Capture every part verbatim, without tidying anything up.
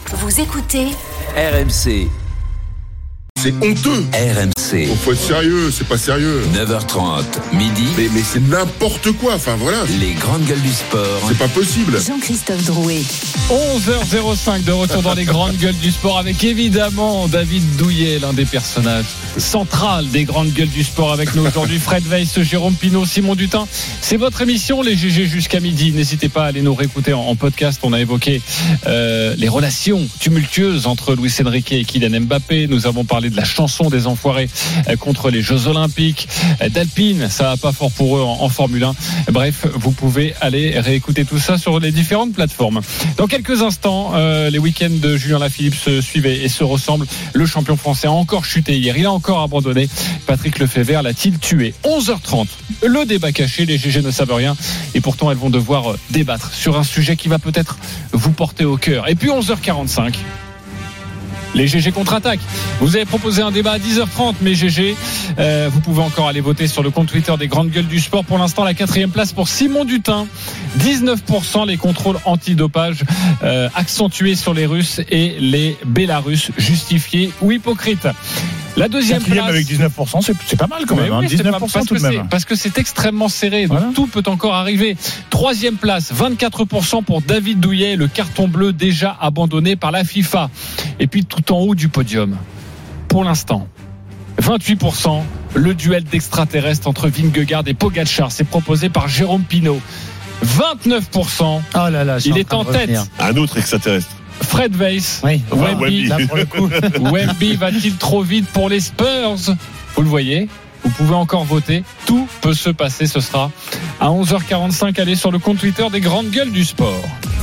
Vous écoutez R M C. C'est honteux. R M C. Il faut être sérieux, c'est pas sérieux. neuf heures trente, midi. Mais, mais c'est n'importe quoi, enfin voilà. Les grandes gueules du sport. C'est pas possible. Jean-Christophe Drouet. onze heures cinq de retour dans les grandes gueules du sport avec évidemment David Douillet, l'un des personnages centrales des grandes gueules du sport avec nous aujourd'hui. Fred Weiss, Jérôme Pinault, Simon Dutin. C'est votre émission, les G G jusqu'à midi. N'hésitez pas à aller nous réécouter en, en podcast. On a évoqué euh, les relations tumultueuses entre Luis Enrique et Kylian Mbappé. Nous avons parlé de la chanson des enfoirés euh, contre les Jeux Olympiques, euh, d'Alpine. Ça va pas fort pour eux en, en Formule un. Bref, vous pouvez aller réécouter tout ça sur les différentes plateformes. Dans quelques instants, euh, les week-ends de Julien Lafilippe se suivent et se ressemblent. Le champion français a encore chuté hier. Il a encore abandonné. Patrick Lefebvre l'a-t-il tué? onze heures trente. Le débat caché. Les G G ne savent rien. Et pourtant, elles vont devoir débattre sur un sujet qui va peut-être vous porter au cœur. Et puis onze heures quarante-cinq. Les G G contre-attaque. Vous avez proposé un débat à dix heures trente, mais G G, euh, vous pouvez encore aller voter sur le compte Twitter des grandes gueules du sport. Pour l'instant, la quatrième place pour Simon Dutin. dix-neuf pour cent les contrôles antidopage euh, accentués sur les Russes et les Bélarusses, justifiés ou hypocrites. La deuxième Quatrième place avec dix-neuf pour cent, c'est, c'est pas mal quand même. Oui, hein, dix-neuf pour cent parce tout de que même. C'est, parce que c'est extrêmement serré, donc voilà. Tout peut encore arriver. Troisième place, vingt-quatre pour cent pour David Douillet, le carton bleu déjà abandonné par la FIFA. Et puis tout en haut du podium, pour l'instant, vingt-huit pour cent, le duel d'extraterrestres entre Vingegaard et Pogačar, c'est proposé par Jérôme Pinault. vingt-neuf pour cent, Oh là là, il est en tête. Un autre extraterrestre. Fred Weiss, Oui, Wemby, là pour le coup. Wemby va-t-il trop vite pour les Spurs? Vous le voyez, vous pouvez encore voter. Tout peut se passer, ce sera à onze heures quarante-cinq. Allez sur le compte Twitter des grandes gueules du sport.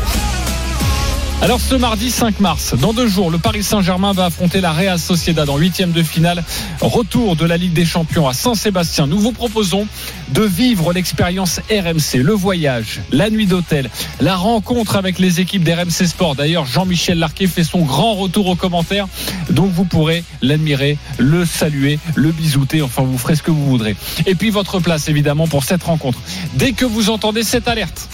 Alors ce mardi cinq mars, dans deux jours, le Paris Saint-Germain va affronter la Real Sociedad en huitième de finale. Retour de la Ligue des Champions à Saint-Sébastien. Nous vous proposons de vivre l'expérience R M C, le voyage, la nuit d'hôtel, la rencontre avec les équipes d'R M C Sport. D'ailleurs, Jean-Michel Larquet fait son grand retour aux commentaires, donc vous pourrez l'admirer, le saluer, le bisouter, enfin vous ferez ce que vous voudrez. Et puis votre place évidemment pour cette rencontre. Dès que vous entendez cette alerte,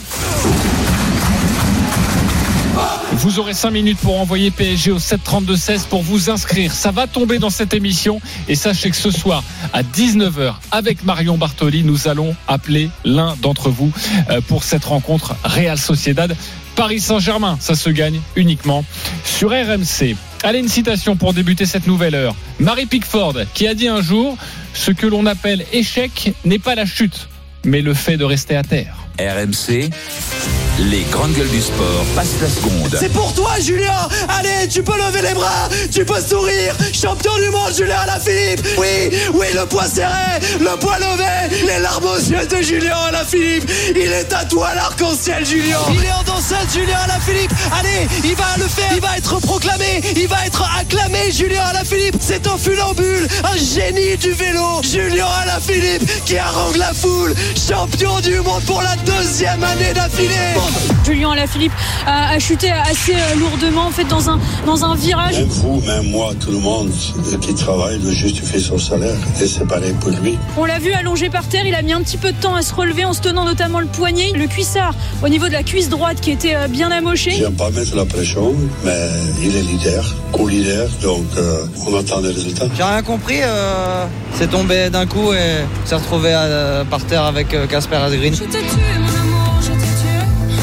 vous aurez cinq minutes pour envoyer P S G au sept trente-deux seize pour vous inscrire. Ça va tomber dans cette émission. Et sachez que ce soir, à dix-neuf heures, avec Marion Bartoli, nous allons appeler l'un d'entre vous pour cette rencontre Real Sociedad Paris Saint-Germain. Ça se gagne uniquement sur R M C. Allez, une citation pour débuter cette nouvelle heure. Mary Pickford, qui a dit un jour: ce que l'on appelle échec n'est pas la chute, mais le fait de rester à terre. R M C. Les grandes gueules du sport passent la seconde. C'est pour toi, Julien. Allez, tu peux lever les bras, tu peux sourire. Champion du monde, Julien Alaphilippe. Oui, oui, le poing serré, le poing levé, les larmes aux yeux de Julien Alaphilippe. Il est à toi, l'arc-en-ciel, Julien. Il est en danseuse, Julien Alaphilippe. Allez, il va le faire, il va être proclamé, il va être acclamé, Julien Alaphilippe. C'est un funambule, un génie du vélo. Julien Alaphilippe qui harangue la foule. Champion du monde pour la deuxième année d'affilée. Julien Alaphilippe a, a chuté assez lourdement en fait dans un, dans un virage. Même vous, même moi, tout le monde qui travaille doit justifier son salaire et c'est pareil pour lui. On l'a vu allongé par terre, il a mis un petit peu de temps à se relever en se tenant notamment le poignet, le cuissard au niveau de la cuisse droite qui était bien amoché. Je n'aime pas mettre la pression, mais il est leader, co-leader, donc euh, on attend les résultats. J'ai rien compris, euh, c'est tombé d'un coup et s'est retrouvé à, par terre avec Casper Asgreen. Je t'ai tué, mon amour, je t'ai tué.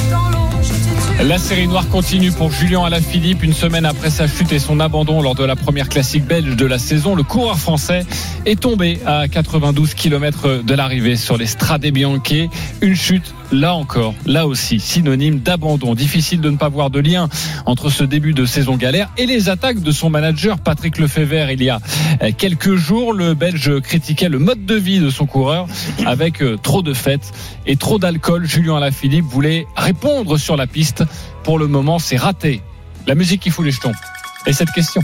La série noire continue pour Julien Alaphilippe. Une semaine après sa chute et son abandon lors de la première classique belge de la saison, le coureur français est tombé à quatre-vingt-douze kilomètres de l'arrivée sur les Strade Bianche. Une chute, là encore, là aussi, synonyme d'abandon. Difficile de ne pas voir de lien entre ce début de saison galère et les attaques de son manager Patrick Lefebvre. Il y a quelques jours, le Belge critiquait le mode de vie de son coureur avec trop de fêtes et trop d'alcool. Julien Alaphilippe voulait répondre sur la piste. Pour le moment, c'est raté. La musique qui fout les jetons. Et cette question: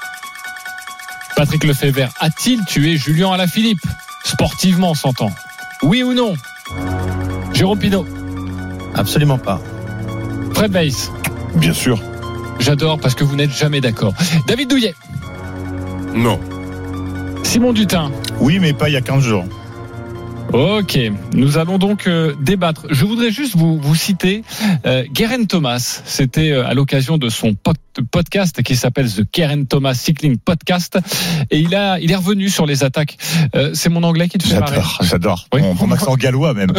Patrick Lefebvre a-t-il tué Julien Alaphilippe? Sportivement, on s'entend. Oui ou non? Jérôme Pinault? Absolument pas. Fred Weiss? Bien sûr. J'adore parce que vous n'êtes jamais d'accord. David Douillet? Non. Simon Dutin? Oui, mais pas il y a quinze jours. Ok, nous allons donc euh, débattre. Je voudrais juste vous, vous citer euh, Geraint Thomas. C'était euh, à l'occasion de son pod- podcast qui s'appelle The Geraint Thomas Cycling Podcast. Et il, a, il est revenu sur les attaques. Euh, c'est mon anglais qui te fait marrer. J'adore, j'adore. Oui. Mon, mon accent gallois même.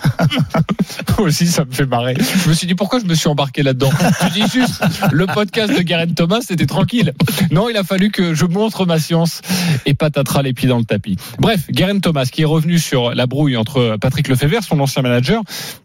Moi aussi, ça me fait marrer. Je me suis dit, pourquoi je me suis embarqué là-dedans? Je dis juste, le podcast de Geraint Thomas, c'était tranquille. Non, il a fallu que je montre ma science et patatras les pieds dans le tapis. Bref, Geraint Thomas qui est revenu sur la brouille entre Patrick Lefebvre, son ancien manager,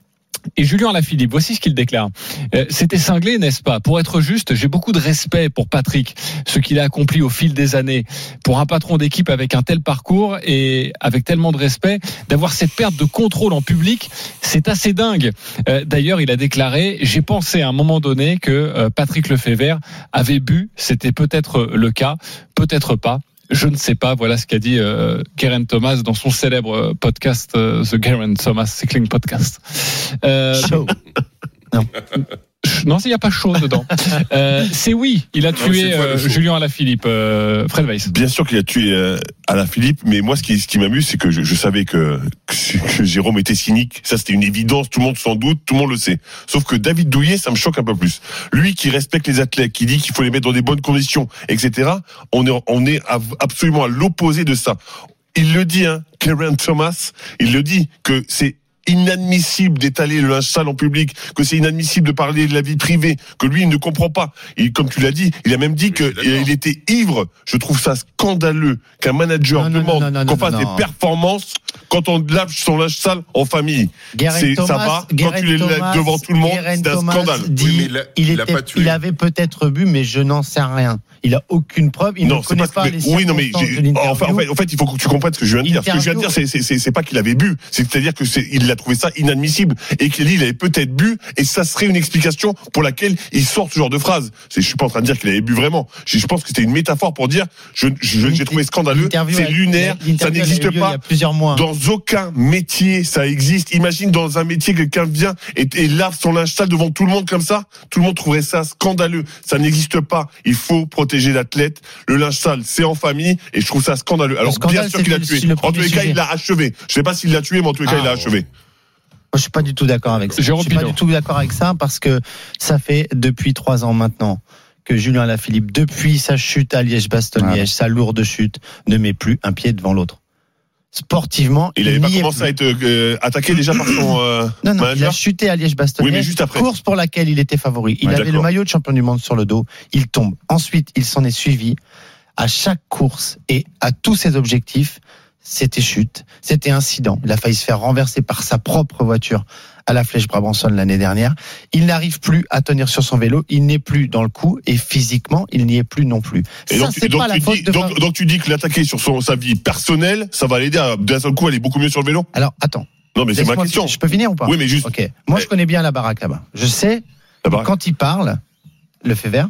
et Julien Alaphilippe. Voici ce qu'il déclare. Euh, c'était cinglé, n'est-ce pas? Pour être juste, j'ai beaucoup de respect pour Patrick, ce qu'il a accompli au fil des années. Pour un patron d'équipe avec un tel parcours et avec tellement de respect, d'avoir cette perte de contrôle en public, c'est assez dingue. Euh, d'ailleurs, il a déclaré, j'ai pensé à un moment donné que euh, Patrick Lefebvre avait bu. C'était peut-être le cas, peut-être pas. Je ne sais pas, voilà ce qu'a dit euh, Geraint Thomas dans son célèbre podcast euh, The Geraint Thomas Cycling Podcast. Euh, Show. Non. Non, il n'y a pas chaud dedans. Euh, c'est oui, il a Non, tué c'est quoi, le euh, chaud Julien Alaphilippe, euh, Fred Weiss. Bien sûr qu'il a tué euh, Alaphilippe, mais moi ce qui, ce qui m'amuse, c'est que je, je savais que, que, que Jérôme était cynique. Ça, c'était une évidence, tout le monde s'en doute, tout le monde le sait. Sauf que David Douillet, ça me choque un peu plus. Lui qui respecte les athlètes, qui dit qu'il faut les mettre dans des bonnes conditions, et cetera. On est, on est absolument à l'opposé de ça. Il le dit, hein, Geraint Thomas, il le dit que c'est inadmissible d'étaler le linge sale en public, que c'est inadmissible de parler de la vie privée, que lui il ne comprend pas. Et comme tu l'as dit, il a même dit qu'il était ivre. Je trouve ça scandaleux qu'un manager non, non, demande non, non, non, qu'on fasse non, des non. performances quand on lave son linge sale en famille. Geraint C'est, Thomas, ça va, Geraint quand tu les Thomas, lèves devant tout le monde, Geraint c'est un Thomas scandale. Dit, Oui, mais il a- il, il a était, pas tué. il avait peut-être bu, mais je n'en sais rien. Il a aucune preuve. Il non, ne c'est connaît pas, pas mais, les oui, non, mais circonstances j'ai- de l'interview. enfin, en fait, en fait, il faut que tu comprennes ce que je viens de dire. Ce que je viens de dire, c'est, c'est, c'est, c'est pas qu'il avait bu. C'est-à-dire que c'est, il a trouvé ça inadmissible et qu'il a dit il avait peut-être bu et ça serait une explication pour laquelle il sort ce genre de phrase. C'est, je suis pas en train de dire qu'il avait bu vraiment. Je, je pense que c'était une métaphore pour dire, je, je, j'ai trouvé scandaleux. L'interview C'est a- lunaire. Ça l'interview a eu n'existe lieu il y pas. a plusieurs mois. Dans aucun métier, ça existe. Imagine dans un métier, quelqu'un vient et, et lave son linge sale devant tout le monde comme ça. Tout le monde trouverait ça scandaleux. Ça n'existe pas. Il faut protéger l'athlète. Le linge sale, c'est en famille et je trouve ça scandaleux. Alors, scandale, bien sûr qu'il a c'est tué. le En tous premier les cas, sujet. il l'a achevé. Je sais pas s'il l'a tué, mais en tous les cas, Ah, il l'a achevé. Moi, je suis pas du tout d'accord avec ça. Jérôme je suis pas Pinot. du tout d'accord avec ça parce que ça fait depuis trois ans maintenant que Julien Alaphilippe, depuis sa chute à Liège-Bastogne-Liège, sa lourde chute, ne met plus un pied devant l'autre. Sportivement, Il avait pas n'y est commencé plus. à être euh, attaqué déjà par son euh, Non, non, il a manager. chuté à Liège-Bastogne-Liège. Oui, mais juste après. Course pour laquelle il était favori. Il Ouais, avait d'accord. le maillot de champion du monde sur le dos. Il tombe. Ensuite, il s'en est suivi à chaque course et à tous ses objectifs. C'était chute, c'était incident. Il a failli se faire renverser par sa propre voiture à la Flèche Brabançonne l'année dernière. Il n'arrive plus à tenir sur son vélo. Il n'est plus dans le coup et physiquement, il n'y est plus non plus. Et ça, donc, c'est donc, pas la tu faute dis, de. donc, donc tu dis que l'attaquer sur son, sa vie personnelle, ça va l'aider à d'un seul coup aller beaucoup mieux sur le vélo. Alors, attends. Non, mais c'est ma Laisse-moi- question. Je peux finir ou pas? Oui, mais juste. Ok. Moi, je connais bien la baraque là-bas. Je sais. La baraque. Quand il parle, Lefebvre,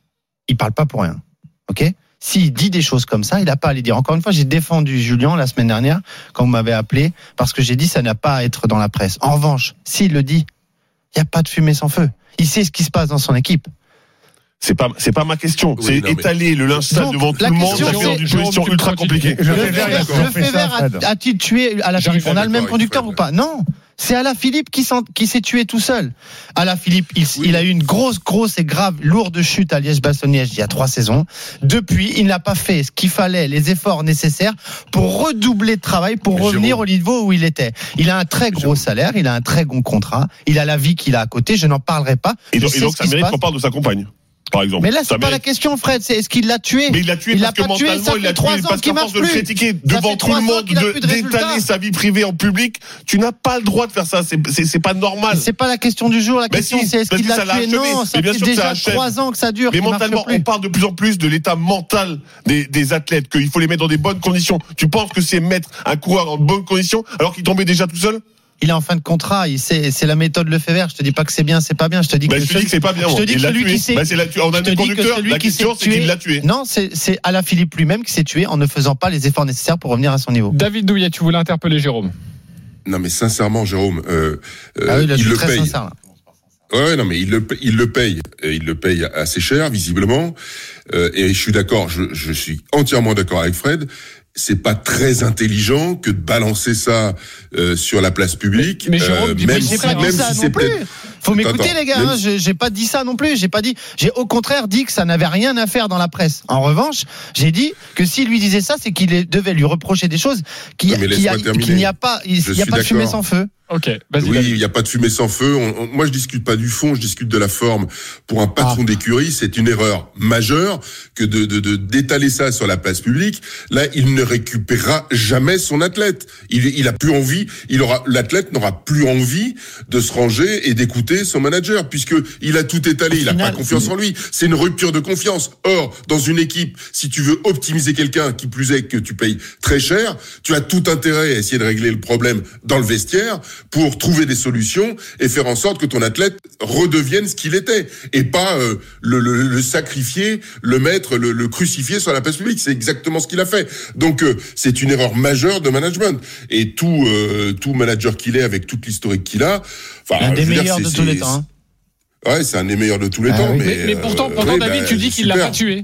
il parle pas pour rien. Ok? S'il dit des choses comme ça, il n'a pas à les dire. Encore une fois, j'ai défendu Julien la semaine dernière quand vous m'avez appelé parce que j'ai dit ça n'a pas à être dans la presse. En revanche, s'il le dit, il n'y a pas de fumée sans feu. Il sait ce qui se passe dans son équipe. C'est pas, c'est pas ma question. Oui, c'est non, mais- étaler le linge sale Donc, devant tout la le monde, question, ça fait dans c'est- une Jérôme, position tu ultra continues. compliquée. Lefebvre, il a toujours fait ça, Lefebvre Fred. a- a-t-il tué Alaphilippe? On a le même D'accord, conducteur Fred. ou pas? Non. C'est Alaphilippe qui, s'en- qui s'est tué tout seul. Alaphilippe, il, Oui. il a eu une grosse, grosse et grave, lourde chute à Liège-Bastogne-Liège il y a trois saisons. Depuis, il n'a pas fait ce qu'il fallait, les efforts nécessaires pour redoubler de travail, pour Mais revenir Jérôme. au niveau où il était. Il a un très gros Jérôme. salaire, il a un très bon contrat, il a la vie qu'il a à côté, je n'en parlerai pas. Et Je donc, sais et donc ce ça qui se mérite passe. qu'on parle de sa compagne, par exemple. Mais là, Ça c'est pas la mérite. question, Fred, c'est est-ce qu'il l'a tué? Mais il l'a tué Il parce l'a que pas tué, ça mentalement, fait il l'a trois tué ans parce qu'il qu'à force marche de le plus. critiquer Ça devant fait tout le trois ans monde, qu'il a de- plus de résultats. d'étaler sa vie privée en public, tu n'as pas le droit de faire ça. C'est, c'est, c'est pas normal. C'est pas la question du jour, la Mais question si, c'est est-ce parce qu'il que l'a ça l'a tué? achevé. Non, ça Mais bien fait sûr que ça déjà achève. trois ans que ça dure. Mais qu'il marche mentalement, plus. on parle de plus en plus de l'état mental des, des athlètes, qu'il faut les mettre dans des bonnes conditions. Tu penses que c'est mettre un coureur dans de bonnes conditions alors qu'il tombait déjà tout seul? Il est en fin de contrat, il sait, c'est la méthode Lefebvre. Je te dis pas que c'est bien, c'est pas bien. Je te dis Bah, que je te celui- dis que c'est pas bien. je te moi. dis Il que l'a celui tué. qui s'est- Bah, c'est la, on a je te le dis que conducteur. celui La qui question, s'est c'est qu'il tué- l'a tué. Non, c'est, c'est Alaphilippe lui-même qui s'est tué en ne faisant pas les efforts nécessaires pour revenir à son niveau. David Douillet, tu voulais interpeller Jérôme. Non, mais sincèrement, Jérôme, euh, euh, Ah oui, là, je il suis le très paye. sincère, là. Ouais, non, mais il le, il le paye. Et il le paye assez cher, visiblement. Euh, et je suis d'accord, je, je suis entièrement d'accord avec Fred. c'est pas très intelligent que de balancer ça euh, sur la place publique. Mais, mais Jérôme, euh, dis même j'ai si, pas dit même ça si non c'est plus. peut-être. Faut m'écouter Attends, les gars, même hein, j'ai, j'ai pas dit ça non plus. J'ai pas dit. J'ai au contraire dit que ça n'avait rien à faire dans la presse. En revanche, j'ai dit que s'il lui disait ça, c'est qu'il devait lui reprocher des choses qui, Oui, mais qui a, laisse-moi terminer. qu'il n'y a pas. Il Je n'y a suis pas de fumée d'accord. sans feu. Ok, vas-y. Oui, David. il n'y a pas de fumée sans feu. On, on, moi, je discute pas du fond, je discute de la forme. Pour un patron Ah. d'écurie, c'est une erreur majeure que de, de, de d'étaler ça sur la place publique. Là, il ne récupérera jamais son athlète. Il, il a plus envie. Il aura, l'athlète n'aura plus envie de se ranger et d'écouter son manager, puisque il a tout étalé. Au il n'a final, pas confiance en lui. C'est une rupture de confiance. Or, dans une équipe, si tu veux optimiser quelqu'un, qui plus est que tu payes très cher, tu as tout intérêt à essayer de régler le problème dans le vestiaire pour trouver des solutions et faire en sorte que ton athlète redevienne ce qu'il était et pas euh, le, le, le sacrifier, le mettre, le, le crucifier sur la place publique. C'est exactement ce qu'il a fait. Donc euh, c'est une erreur majeure de management. Et tout euh, tout manager qu'il est, avec toute l'historique qu'il a, enfin, Un des je veux dire, meilleurs c'est- de tous les c'est- temps. Hein. Ouais, c'est un des meilleurs de tous les Ah temps. oui. Mais, Mais, mais pourtant, euh, pourtant oui, David, bah, tu dis qu'il l'a super. pas tué.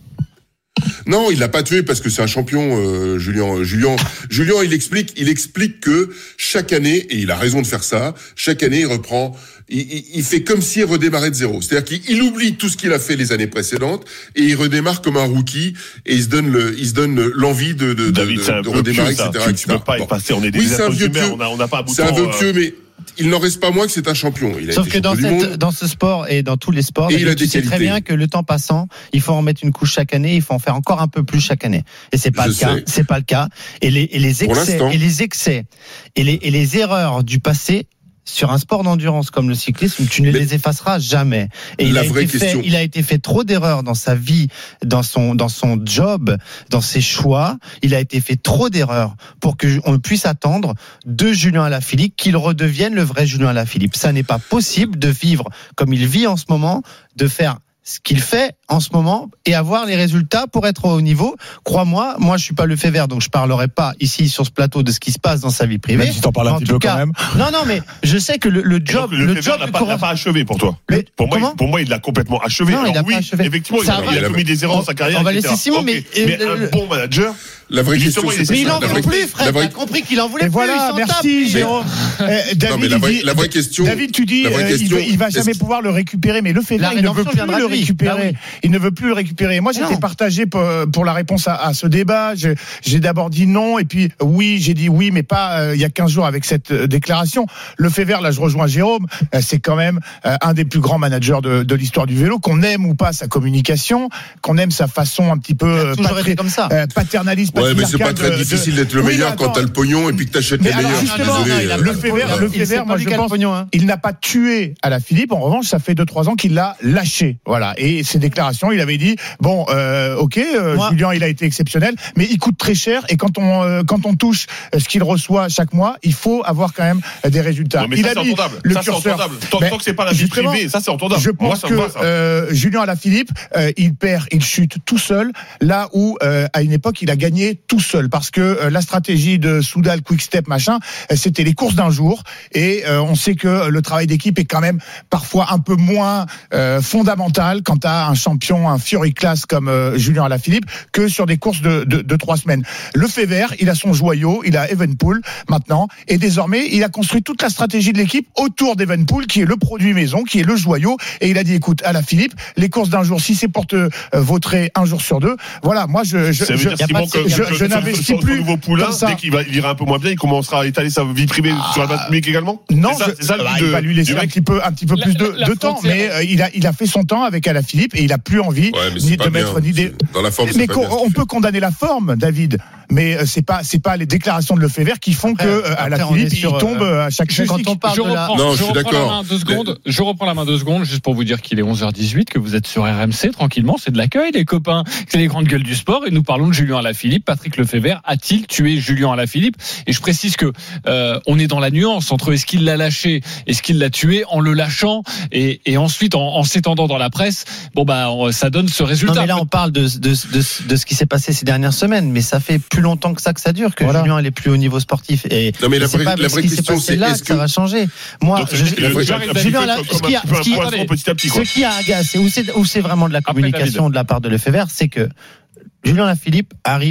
Non, il l'a pas tué parce que c'est un champion, euh, Julien. Julien, Julien, il explique, il explique que chaque année, et il a raison de faire ça, chaque année, il reprend, il, il, il fait comme s'il redémarrait de zéro. C'est-à-dire qu'il il oublie tout ce qu'il a fait les années précédentes et il redémarre comme un rookie et il se donne le, il se donne l'envie de, de, de, David, de, c'est un de vieux redémarrer, pieux, ça. et cetera, Tu, et tu cetera. peux pas Bon. y passer. On est des Oui, c'est un êtres vieux humains. pieux. On a, on n'a pas beaucoup C'est de un temps, vieux euh, pieux, mais il n'en reste pas moins que c'est un champion. Il a Sauf été que dans, champion du cette, monde. dans ce sport et dans tous les sports, Et il a tu des sais très qualités. bien que le temps passant, il faut en mettre une couche chaque année, il faut en faire encore un peu plus chaque année. Et c'est pas Je le cas. sais. C'est pas le cas. Et les, et les Pour excès, l'instant. et les excès, et les, et les erreurs du passé. Sur un sport d'endurance comme le cyclisme, tu ne Mais les effaceras jamais. Et il la a, vraie été fait, question- il a été fait trop d'erreurs dans sa vie, dans son, dans son job, dans ses choix. Il a été fait trop d'erreurs pour que on puisse attendre de Julien Alaphilippe qu'il redevienne le vrai Julien Alaphilippe. Ça n'est pas possible de vivre comme il vit en ce moment, de faire ce qu'il fait en ce moment et avoir les résultats pour être au haut niveau. Crois-moi, moi je suis pas le fait vert, donc je parlerai pas ici sur ce plateau de ce qui se passe dans sa vie privée. Même si t'en parles un En petit tout peu cas- quand même. Non, non, mais je sais que le, le Et job, donc, le, le Fever job n'a de pas, Cora- n'a pas achevé pour toi. Mais Pour moi, comment il, pour moi, il l'a complètement achevé. Non, il Alors a pas oui, achevé. effectivement, il Ça a, va. il a commis des erreurs dans sa carrière. On va et cetera. laisser Simon, Ok. mais- mais euh, un bon manager. La vraie Justement, question, il c'est est- Mais il ça. en La veut vraie- plus, la frère. vraie- T'as compris qu'il en voulait Et plus. voilà, il s'en tape. merci Jérôme. Eh, David, mais la vraie- il dit- la vraie question- David, tu dis, la vraie euh, question, il, va, il va est-ce jamais que- pouvoir le récupérer, mais le fait La il ne veut rédemption plus viendra le de lui. récupérer. Bah Il ne veut plus le récupérer. Moi, j'étais Non. partagé pour, pour la réponse à, à ce débat. Je- J'ai d'abord dit non, et puis oui, j'ai dit oui, mais pas euh, il y a quinze jours avec cette euh, déclaration. Le fait vert, là, je rejoins Jérôme. euh, c'est quand même euh, un des plus grands managers de, de l'histoire du vélo. Qu'on aime ou pas sa communication, qu'on aime sa façon un petit peu euh, toujours patri- été comme ça. euh, paternaliste. Ouais, mais c'est pas patriarcale très de- de- difficile d'être le Oui, meilleur mais quand attends. t'as le pognon et puis que t'achètes Mais les alors, meilleurs. justement, Désolé, non, il a euh, le fait vert, le Il fait sait vert, pas moi lui je quel pense, pognon, hein. il n'a pas tué Alaphilippe. En revanche, ça fait deux trois ans qu'il l'a lâché. Voilà. Et ses déclarations, il avait dit bon, euh, ok, euh, Moi- Julien, il a été exceptionnel, mais il coûte très cher. Et quand on euh, quand on touche ce qu'il reçoit chaque mois, il faut avoir quand même des résultats. Non, mais il ça, a c'est mis entendable. le Ça, c'est curseur. entendable. Tant, Mais tant que c'est pas la vie justement, privée, ça, c'est entendable. Je Moi, pense ça que me va, ça. euh, Julien Alaphilippe, euh, il perd, il chute tout seul, là où euh, à une époque il a gagné tout seul, parce que euh, la stratégie de Soudal, Quick-Step, machin, euh, c'était les courses d'un jour, et euh, on sait que le travail d'équipe est quand même parfois un peu moins euh, fondamental quand t'as un champion, un Fury Class comme euh, Julien Alaphilippe, que sur des courses de, de, de trois semaines. Le fait vert, il a son joyau, il a Evenepoel maintenant, et désormais il a construit toute la stratégie de l'équipe autour d'Evenepoel, qui est le produit maison, qui est le joyau, et il a dit écoute, Alaphilippe, les courses d'un jour, si c'est pour te euh, vautrer un jour sur deux, voilà, moi je je, Ça veut je, dire, y a Simon, pas de- que, y a je- que- je que n'investis son- son plus nouveau poulain, comme ça. dès qu'il va, il ira un peu moins bien, il commencera à étaler sa vie privée sur la place publique également. Non, c'est ça, je- c'est ça le bah, but il de- va lui laisser du un mec. petit peu, un petit peu La- plus de, la de temps, frontière- mais euh, il a, il a fait son temps avec Alaphilippe et il a plus envie Ouais, mais ni c'est de pas mettre bien. ni des. C'est- Dans la forme, Mais c'est pas qu'on- bien, ce on qu'il peut condamner la forme, David, mais euh, c'est pas, c'est pas les déclarations de Lefebvre qui font Après, que euh, après, Alaphilippe on est il sur, tombe euh, euh, à chaque quand chute. on parle Je de la- reprends, Non, je je suis reprends la d'accord. main deux secondes. Je reprends la main deux secondes juste pour vous dire qu'il est onze heures dix-huit, que vous êtes sur R M C tranquillement. C'est de l'accueil, les copains. C'est les grandes gueules du sport et nous parlons de Julien Alaphilippe. Patrick Lefebvre a-t-il tué Julien Alaphilippe? Et je précise que euh, on est dans la nuance entre est-ce qu'il l'a lâché, est-ce qu'il l'a tué en le lâchant et, et ensuite en, en s'étendant dans la presse. Bon bah on- ça donne ce résultat. Non mais là on parle de, de, de, de ce qui s'est passé ces dernières semaines, mais ça fait plus longtemps que ça que ça dure, que Voilà. Julien elle est plus au niveau sportif. Et Non, mais la c'est vraie- pas la parce vraie qu'il s'est question, passé c'est là est-ce que ça que- va changer. Moi, Donc, je, c'est- il a fait j'arrive, un David, petit peu Julien, là, comme ce qui a- un petit peu ce qui- un poisson attendez, petit à petit, quoi. ce qui a agacé, où c'est, où c'est vraiment de la Après, communication de la part de Lefebvre, c'est que Julien Alaphilippe arrive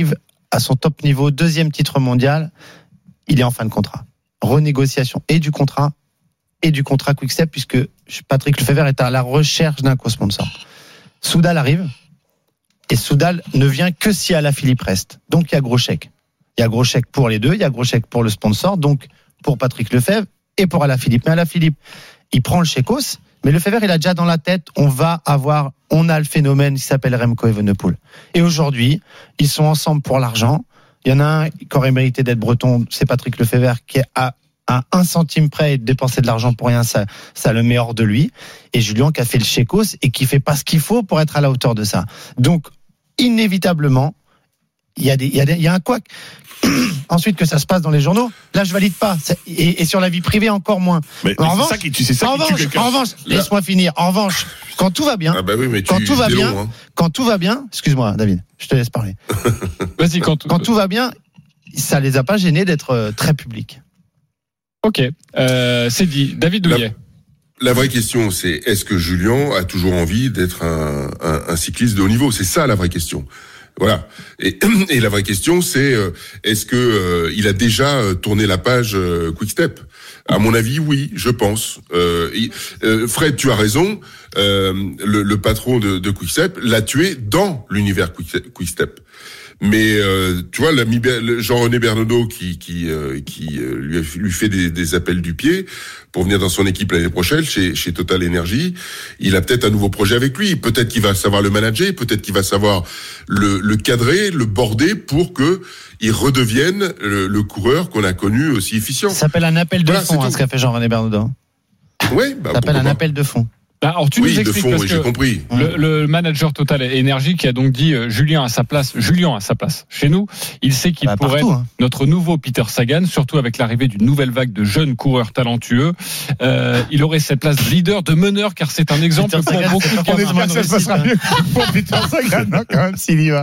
à son top niveau, deuxième titre mondial, il est en fin de contrat. Renégociation et du contrat et du contrat Quick-Step, puisque Patrick Lefebvre est à la recherche d'un co-sponsor. Soudal arrive, et Soudal ne vient que si Alaphilippe reste. Donc il y a gros chèque. Il y a gros chèque pour les deux, il y a gros chèque pour le sponsor, donc pour Patrick Lefebvre et pour Alaphilippe. Mais Alaphilippe, il prend le chécos, mais Lefebvre, il a déjà dans la tête, on va avoir, on a le phénomène qui s'appelle Remco Evenepoel. Et aujourd'hui, ils sont ensemble pour l'argent. Il y en a un qui aurait mérité d'être breton, c'est Patrick Lefebvre, qui est à, à un centime près et de dépenser de l'argent pour rien, ça, ça le met hors de lui. Et Julien qui a fait le chécos et qui fait pas ce qu'il faut pour être à la hauteur de ça. Donc, inévitablement, il y a des, il y a des, il y a un couac. Ensuite, que ça se passe dans les journaux, là je valide pas. Et, et sur la vie privée encore moins. Mais, en mais revanche, c'est ça qui tue, c'est ça en qui tue revanche, quelqu'un. en revanche, laisse-moi finir. En revanche, quand tout va bien, Ah bah oui, mais tu, quand tout va c'est bien, long, hein. quand tout va bien, excuse-moi, David, je te laisse parler. Vas-y, quand, Quand tout va bien, ça les a pas gênés d'être euh, très publics. Ok, euh, c'est dit. David Douillet. La vraie question, c'est est-ce que Julien a toujours envie d'être un, un, un cycliste de haut niveau ? C'est ça la vraie question. Voilà. Et, et la vraie question, c'est euh, est-ce que euh, il a déjà euh, tourné la page euh, Quick-Step ? À mon avis, oui, je pense. Euh, et, euh, Fred, tu as raison. Euh, le, le patron de, de Quick-Step l'a tué dans l'univers Quick-Step. Mais euh, tu vois, l'ami Jean-René Bernaudot qui qui euh, qui euh, lui a, lui fait des, des appels du pied pour venir dans son équipe l'année prochaine chez chez Total Energy, il a peut-être un nouveau projet avec lui. Peut-être qu'il va savoir le manager, peut-être qu'il va savoir le le cadrer, le border pour que il redevienne le, le coureur qu'on a connu aussi efficient. Ça s'appelle un appel de Voilà, fond, c'est hein, tout. ce qu'a fait Jean-René Bernaudot. Oui, bah, Ça s'appelle un pas. appel de fond. Bah, alors tu Oui, nous de expliques fond, parce oui, que j'ai compris. le, le manager Total Énergie qui a donc dit euh, Julien à sa place, Julien à sa place chez nous, il sait qu'il Bah, pourrait partout, être hein. notre nouveau Peter Sagan, surtout avec l'arrivée d'une nouvelle vague de jeunes coureurs talentueux. Euh, il aurait cette place de leader, de meneur, car c'est un exemple Peter pour Sagan, beaucoup c'est de pas- on gamins. espère que ça se passera mieux pour Peter Sagan, hein, quand même, s'il y va.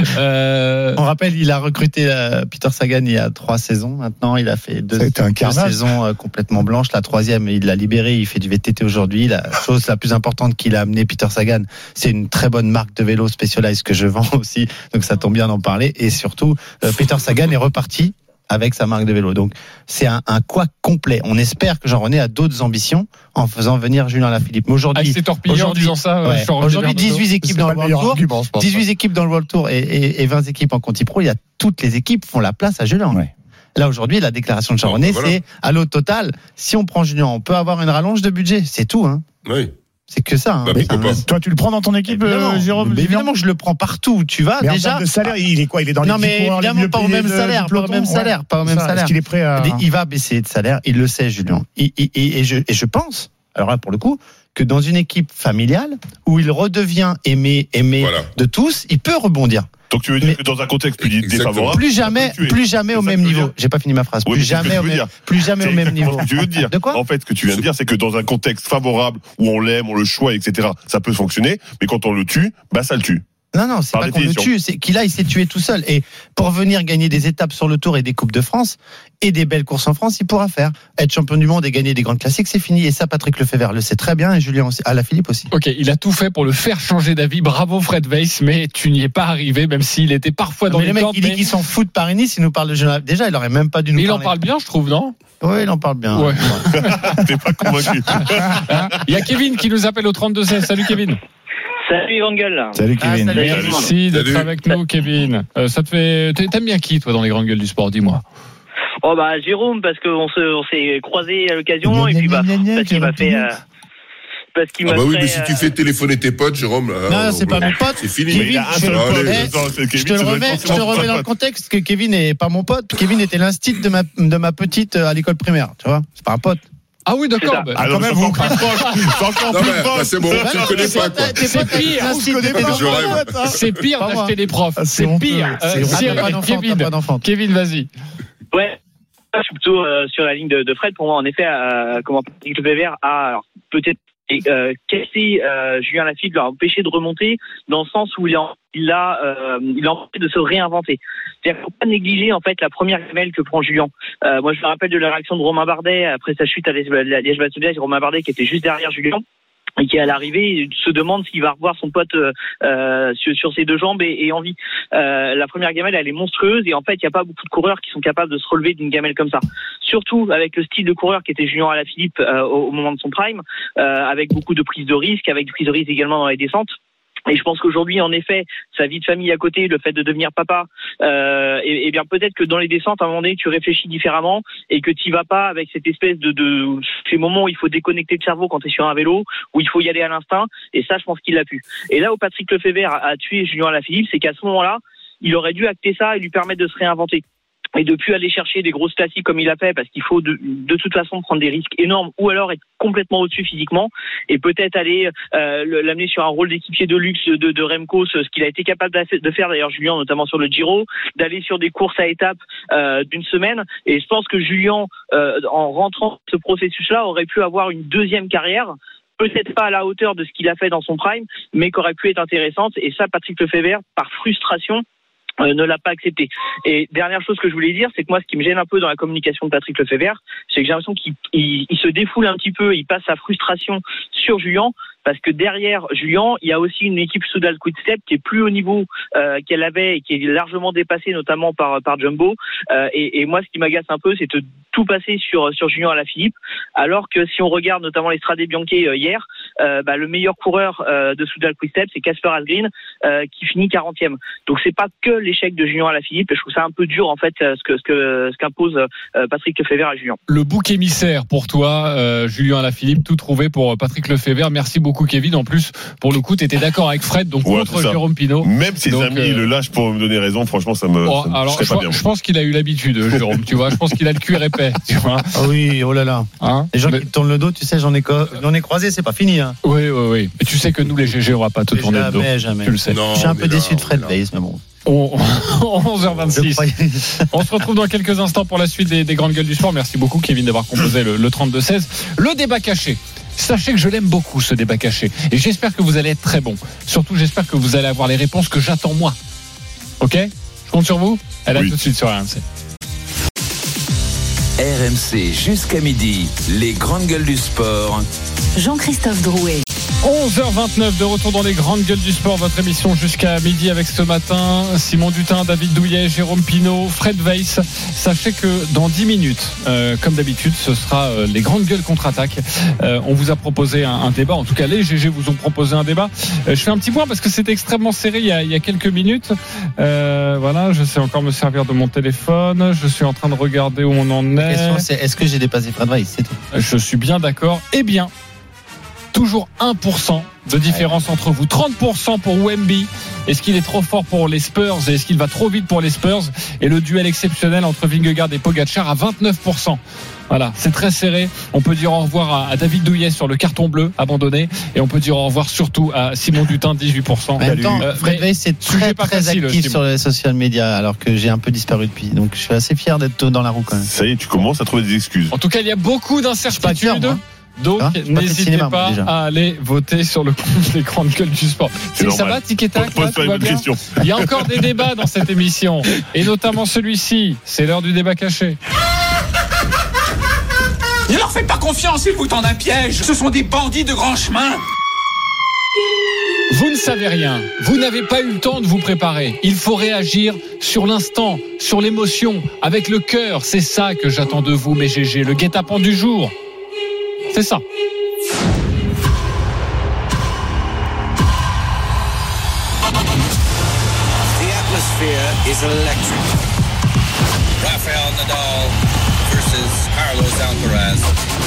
Euh, On rappelle, il a recruté euh, Peter Sagan il y a trois saisons. Maintenant, il a fait deux, Ça a été un deux carnage. saisons euh, complètement blanches. La troisième, il l'a libéré. Il fait du V T T aujourd'hui. La chose la plus importante qu'il a amené Peter Sagan, c'est une très bonne marque de vélo Specialized que je vends aussi. Donc ça tombe bien d'en parler. Et surtout, euh, Peter Sagan est reparti avec sa marque de vélo. Donc c'est un, un couac complet. On espère que Jean-René a d'autres ambitions en faisant venir Julien Alaphilippe. Mais ah, il aujourd'hui, s'est torpillé en aujourd'hui- disant ça. euh, ouais, Jean-René aujourd'hui, Bernaudot. dix-huit équipes C'est dans pas le le World meilleur Tour. argument, je pense. dix-huit équipes dans le World Tour et, et, et vingt équipes en Conti Pro. Il y a toutes les équipes font la place à Julien. Ouais. Là aujourd'hui, la déclaration de Jean-René, Bon, ben voilà. c'est à l'eau total. Si on prend Julien, on peut avoir une rallonge de budget. C'est tout. Hein. Oui. C'est que ça. Hein. Bah, Mais- pourquoi pas. Toi, tu le prends dans ton équipe, Évidemment, euh, Jérôme mais évidemment que je le prends partout où tu vas. Mais en déjà, termes de salaire, il est quoi? Il est dans les non dix mais coureurs les évidemment mieux pas au payés même de- salaire, du pas au peloton. même salaire, Ouais. pas au même Ça, salaire. Est-ce qu'il est prêt à... Il va baisser de salaire, il le sait, Julien. Et, et, et, et je, et je pense, alors là pour le coup, que dans une équipe familiale où il redevient aimé, aimé Voilà. de tous, il peut rebondir. Donc tu veux dire Mais- que dans un contexte plus Exactement. défavorable, Plus jamais, ça peut le tuer. plus jamais C'est au ça même que je veux niveau. dire. J'ai pas fini ma phrase. Oui, Plus mais c'est ce que jamais je au veux même, dire. plus jamais C'est au même exactement niveau. ce que tu veux dire. De quoi En fait, ce que tu viens de dire, c'est que dans un contexte favorable où on l'aime, on le choisit, et cetera, ça peut fonctionner. Mais quand on le tue, bah ça le tue. Non, non, c'est Par pas qu'on le définition. tue, c'est qu'il a, il s'est tué tout seul. Et pour venir gagner des étapes sur le Tour et des Coupes de France et des belles courses en France, il pourra faire. Être champion du monde et gagner des grandes classiques, c'est fini. Et ça, Patrick Lefebvre le sait très bien et Julien aussi, Alaphilippe aussi. Ok, il a tout fait pour le faire changer d'avis. Bravo Fred Weiss, mais tu n'y es pas arrivé, même s'il était parfois dans mais les le mec, cordes. il dit mais- qu'il s'en fout de Paris-Nice, il nous parle de Julien. Déjà, il aurait même pas dû nous mais il en parler. parle bien, je trouve, non? Oui, il en parle bien. Ouais. T'es pas convaincu. Il y a Kevin qui nous appelle au trente-deux seize. Salut Kevin. Salut Yvan Gueule. Salut Ah, Kevin. salut. Merci d'être Salut. avec nous, Kevin. Euh, ça te fait, t'aimes bien qui, toi, dans les grandes gueules du sport? Dis-moi. Oh bah Jérôme, parce qu'on se, on s'est croisés à l'occasion Gna, et puis gna, bah gna, gna, parce qu'il m'a fait, euh, parce qu'il Ah m'a bah oui, fait, mais si tu euh, fais téléphoner tes potes, Jérôme, là, Non, c'est pas mes potes. c'est fini. Mais il a un je- seul Allez. pote. Eh, Attends, c'est Je Kevin, te le ça doit remets, être je te le remets dans le contexte que Kevin n'est pas mon pote. Kevin était l'instit de ma, de ma petite euh, à l'école primaire. Tu vois, c'est pas un pote. Ah oui, d'accord. C'est ça. bah, Ah non, Quand même, c'est vous- encore plus proche. C'est encore Non, plus mais bah, proche. c'est bon, tu ne connais pas, quoi. T'es C'est pote avec pire. l'instit de tes Je enfants. rêve. c'est pire Pas moi. d'acheter des profs. Ah, c'est c'est honteux. pire. C'est Euh, honteux. Ah, c'est- t'as pas d'enfant, Kevin, t'as pas d'enfant. Kevin, vas-y. ouais. Je suis plutôt euh, sur la ligne de, de Fred. Pour moi, en effet, euh, comment Patrick Lefebvre a alors, peut-être euh, cassé euh, Julien Alaphilippe, l'a empêché de remonter dans le sens où il a, il a, euh, il a empêché de se réinventer. C'est-à-dire qu'il ne faut pas négliger en fait la première gamelle que prend Julien. Euh, moi, je me rappelle de la réaction de Romain Bardet après sa chute à Liège-Bastogne-Liège, Romain Bardet qui était juste derrière Julien. et qui à l'arrivée se demande s'il va revoir son pote euh, sur, sur ses deux jambes et, et en vie. Euh, la première gamelle, elle est monstrueuse et en fait, il n'y a pas beaucoup de coureurs qui sont capables de se relever d'une gamelle comme ça. Surtout avec le style de coureur qui était Julien Alaphilippe euh, au, au moment de son prime, euh, avec beaucoup de prises de risques, avec des prises de risques également dans les descentes. Et je pense qu'aujourd'hui, en effet, sa vie de famille à côté, le fait de devenir papa, euh, et, et bien peut-être que dans les descentes, à un moment donné, tu réfléchis différemment et que tu vas pas avec cette espèce de, de ces moments où il faut déconnecter le cerveau quand tu es sur un vélo, où il faut y aller à l'instinct. Et ça, je pense qu'il l'a pu. Et là où Patrick Lefebvre a, a tué Julien Alaphilippe, c'est qu'à ce moment-là, il aurait dû acter ça et lui permettre de se réinventer. Et de plus aller chercher des grosses classiques comme il a fait, parce qu'il faut de, de toute façon prendre des risques énormes, ou alors être complètement au-dessus physiquement, et peut-être aller euh, l'amener sur un rôle d'équipier de luxe de, de Remco, ce qu'il a été capable de faire d'ailleurs Julien, notamment sur le Giro, d'aller sur des courses à étapes euh, d'une semaine. Et je pense que Julien, euh, en rentrant ce processus-là, aurait pu avoir une deuxième carrière, peut-être pas à la hauteur de ce qu'il a fait dans son prime, mais qui aurait pu être intéressante. Et ça, Patrick Lefebvre, par frustration, Euh, ne l'a pas accepté. Et dernière chose que je voulais dire, c'est que moi, ce qui me gêne un peu dans la communication de Patrick Lefebvre, c'est que j'ai l'impression qu'il il, il se défoule un petit peu, il passe sa frustration sur Julien, parce que derrière Julien, il y a aussi une équipe Soudal Quick-Step qui est plus au niveau euh, qu'elle avait et qui est largement dépassée, notamment par par Jumbo. Euh, et, et moi, ce qui m'agace un peu, c'est de tout passer sur sur Julien Alaphilippe, alors que si on regarde notamment les Strade Bianche euh, hier, euh, bah, le meilleur coureur euh, de Soudal Quick-Step, c'est Casper Asgreen, euh, qui finit quarantième. Donc c'est pas que l'échec de Julien Alaphilippe, et je trouve ça un peu dur en fait ce que ce que ce qu'impose euh, Patrick Lefebvre à Julien. Le bouc émissaire pour toi, euh, Julien Alaphilippe, tout trouvé pour Patrick Lefebvre. Merci beaucoup Kevin. En plus, pour le coup, tu étais d'accord avec Fred, donc ouais, contre Jérôme Pinot. Même ses donc, amis euh... le lâchent pour me donner raison. Franchement, ça me. Oh, ça me alors, je, pas bien. je pense qu'il a eu l'habitude, Jérôme. Tu vois, je pense qu'il a le cuir épais. Tu vois. Ah oui, oh là là. Hein, les gens mais... qui te tournent le dos, tu sais, j'en ai, co... j'en ai croisé, c'est pas fini. Hein. Oui, oui, oui. Mais tu sais que nous, les G G, on va pas te mais tourner jamais, le dos. Jamais. Tu le sais. Non, je suis un peu non, déçu de Fred Weiss, mais bon. onze heures vingt-six. On se retrouve dans quelques instants pour la suite des, des grandes gueules du sport. Merci beaucoup Kevin d'avoir composé le, le trente-deux seize. Le débat caché. Sachez que je l'aime beaucoup ce débat caché. Et j'espère que vous allez être très bon. Surtout j'espère que vous allez avoir les réponses que j'attends moi. Ok ? Je compte sur vous ? Allez, oui. À tout de suite sur R M C. R M C jusqu'à midi. Les grandes gueules du sport. Jean-Christophe Drouet. onze heures vingt-neuf de retour dans les grandes gueules du sport, votre émission jusqu'à midi avec ce matin Simon Dutin, David Douillet, Jérôme Pinot, Fred Weiss. Sachez que dans dix minutes, euh, comme d'habitude, ce sera euh, les grandes gueules contre-attaque. Euh, on vous a proposé un, un débat, en tout cas les G G vous ont proposé un débat. Euh, je fais un petit point parce que c'était extrêmement serré il y a, il y a quelques minutes. Euh, voilà, je sais encore me servir de mon téléphone. Je suis en train de regarder où on en est. La question c'est est-ce que j'ai dépassé Fred Weiss ? C'est tout. Je suis bien d'accord. Eh bien, toujours un pour cent de différence ouais. entre vous. trente pour cent pour Wemby. Est-ce qu'il est trop fort pour les Spurs et est-ce qu'il va trop vite pour les Spurs ? Et le duel exceptionnel entre Vingegaard et Pogacar à vingt-neuf pour cent. Voilà, c'est très serré. On peut dire au revoir à, à David Douillet sur le carton bleu abandonné et on peut dire au revoir surtout à Simon Dutin, dix-huit pour cent. En même temps, euh, Fred Weiss c'est très, très facile, actif Simon. Sur les social media alors que j'ai un peu disparu depuis. Donc je suis assez fier d'être dans la roue quand même. Ça y est, tu commences à trouver des excuses. En tout cas, il y a beaucoup d'incertitudes. Donc hein, n'hésitez pas, cinéma, pas à aller voter sur le compte des grandes gueules du sport. C'est ça va, tic et tac, il y a encore des débats dans cette émission et notamment celui-ci. C'est l'heure du débat caché. Ne leur faites pas confiance, ils vous tendent un piège. Ce sont des bandits de grand chemin. Vous ne savez rien, vous n'avez pas eu le temps de vous préparer. Il faut réagir sur l'instant, sur l'émotion, avec le cœur. C'est ça que j'attends de vous, mes G G, le guet-apens du jour. C'est ça. The atmosphere is electric. Rafael Nadal versus Carlos Alcaraz.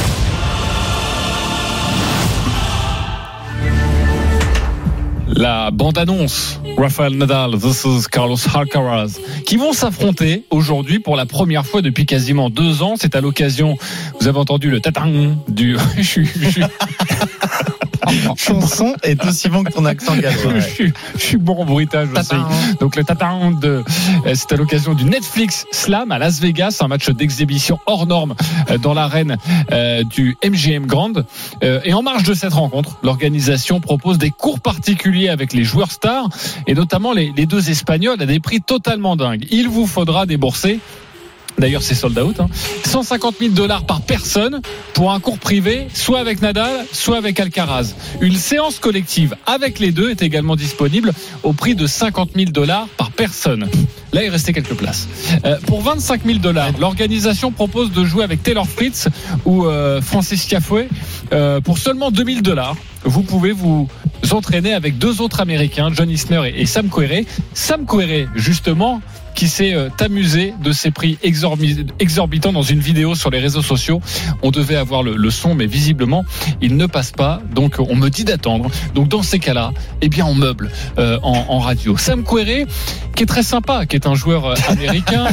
La bande-annonce, Rafael Nadal versus Carlos Alcaraz, qui vont s'affronter aujourd'hui pour la première fois depuis quasiment deux ans. C'est à l'occasion, vous avez entendu le tatang du... je suis... Je suis... Ton son est aussi bon que ton accent gallois. Ouais. Je, suis, je suis bon en bruitage aussi. Donc le tatang de, c'est à l'occasion du Netflix Slam à Las Vegas, un match d'exhibition hors norme dans l'arène euh, du M G M Grand. Euh, et en marge de cette rencontre, l'organisation propose des cours particuliers avec les joueurs stars et notamment les, les deux Espagnols à des prix totalement dingues. Il vous faudra débourser D'ailleurs, c'est sold out. Hein. cent cinquante mille dollars par personne pour un cours privé, soit avec Nadal, soit avec Alcaraz. Une séance collective avec les deux est également disponible au prix de cinquante mille dollars par personne. Là, il restait quelques places. Euh, pour vingt-cinq mille dollars, l'organisation propose de jouer avec Taylor Fritz ou euh, Francis Tiafoe euh, pour seulement deux mille dollars. Vous pouvez vous entraîner avec deux autres Américains, John Isner et, et Sam Querrey. Sam Querrey, justement, qui s'est euh, amusé de ces prix exorbi- exorbitants dans une vidéo sur les réseaux sociaux. On devait avoir le, le son, mais visiblement, il ne passe pas. Donc, on me dit d'attendre. Donc, dans ces cas-là, eh bien, on meuble euh, en, en radio. Sam Querrey, qui est très sympa, qui est un joueur euh, américain.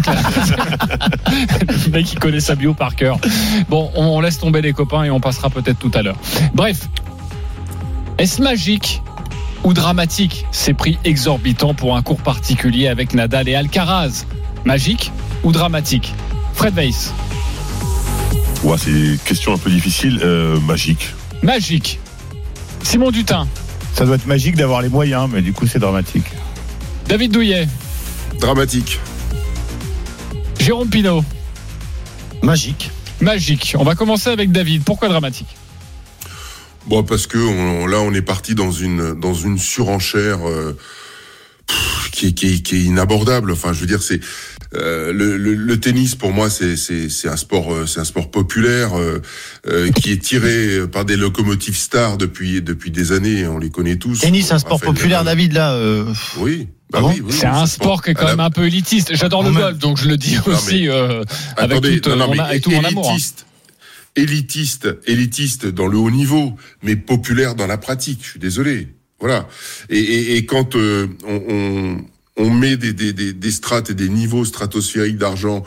Le mec qui connaît sa bio par cœur. Bon, on, on laisse tomber les copains et on passera peut-être tout à l'heure. Bref, est-ce magique ou dramatique ces prix exorbitants pour un cours particulier avec Nadal et Alcaraz? Magique ou dramatique? Fred Weiss. Ouais, c'est une question un peu difficile. Euh, magique. Magique. Simon Dutin. Ça doit être magique d'avoir les moyens, mais du coup c'est dramatique. David Douillet. Dramatique. Jérôme Pinault. Magique. Magique. On va commencer avec David. Pourquoi dramatique? Bon, parce que on, là, on est parti dans une dans une surenchère euh, pff, qui, est, qui, est, qui est inabordable. Enfin, je veux dire, c'est euh, le, le, le tennis pour moi, c'est c'est c'est un sport euh, c'est un sport populaire euh, euh, qui est tiré par des locomotives stars depuis depuis des années. On les connaît tous. Tennis, un sport Raphaël populaire, Nadal. David, là. Euh... Oui. Bah Ah oui, oui, c'est oui, un c'est sport qui est quand même la... un peu élitiste. J'adore le golf, donc je le dis non, aussi mais... euh, avec, Attendez, toute, non, non, mon, mais avec tout mon amour. élitiste, élitiste, élitiste dans le haut niveau, mais populaire dans la pratique. Je suis désolé. Voilà. Et, et, et quand euh, on, on, on met des, des, des, des strates et des niveaux stratosphériques d'argent,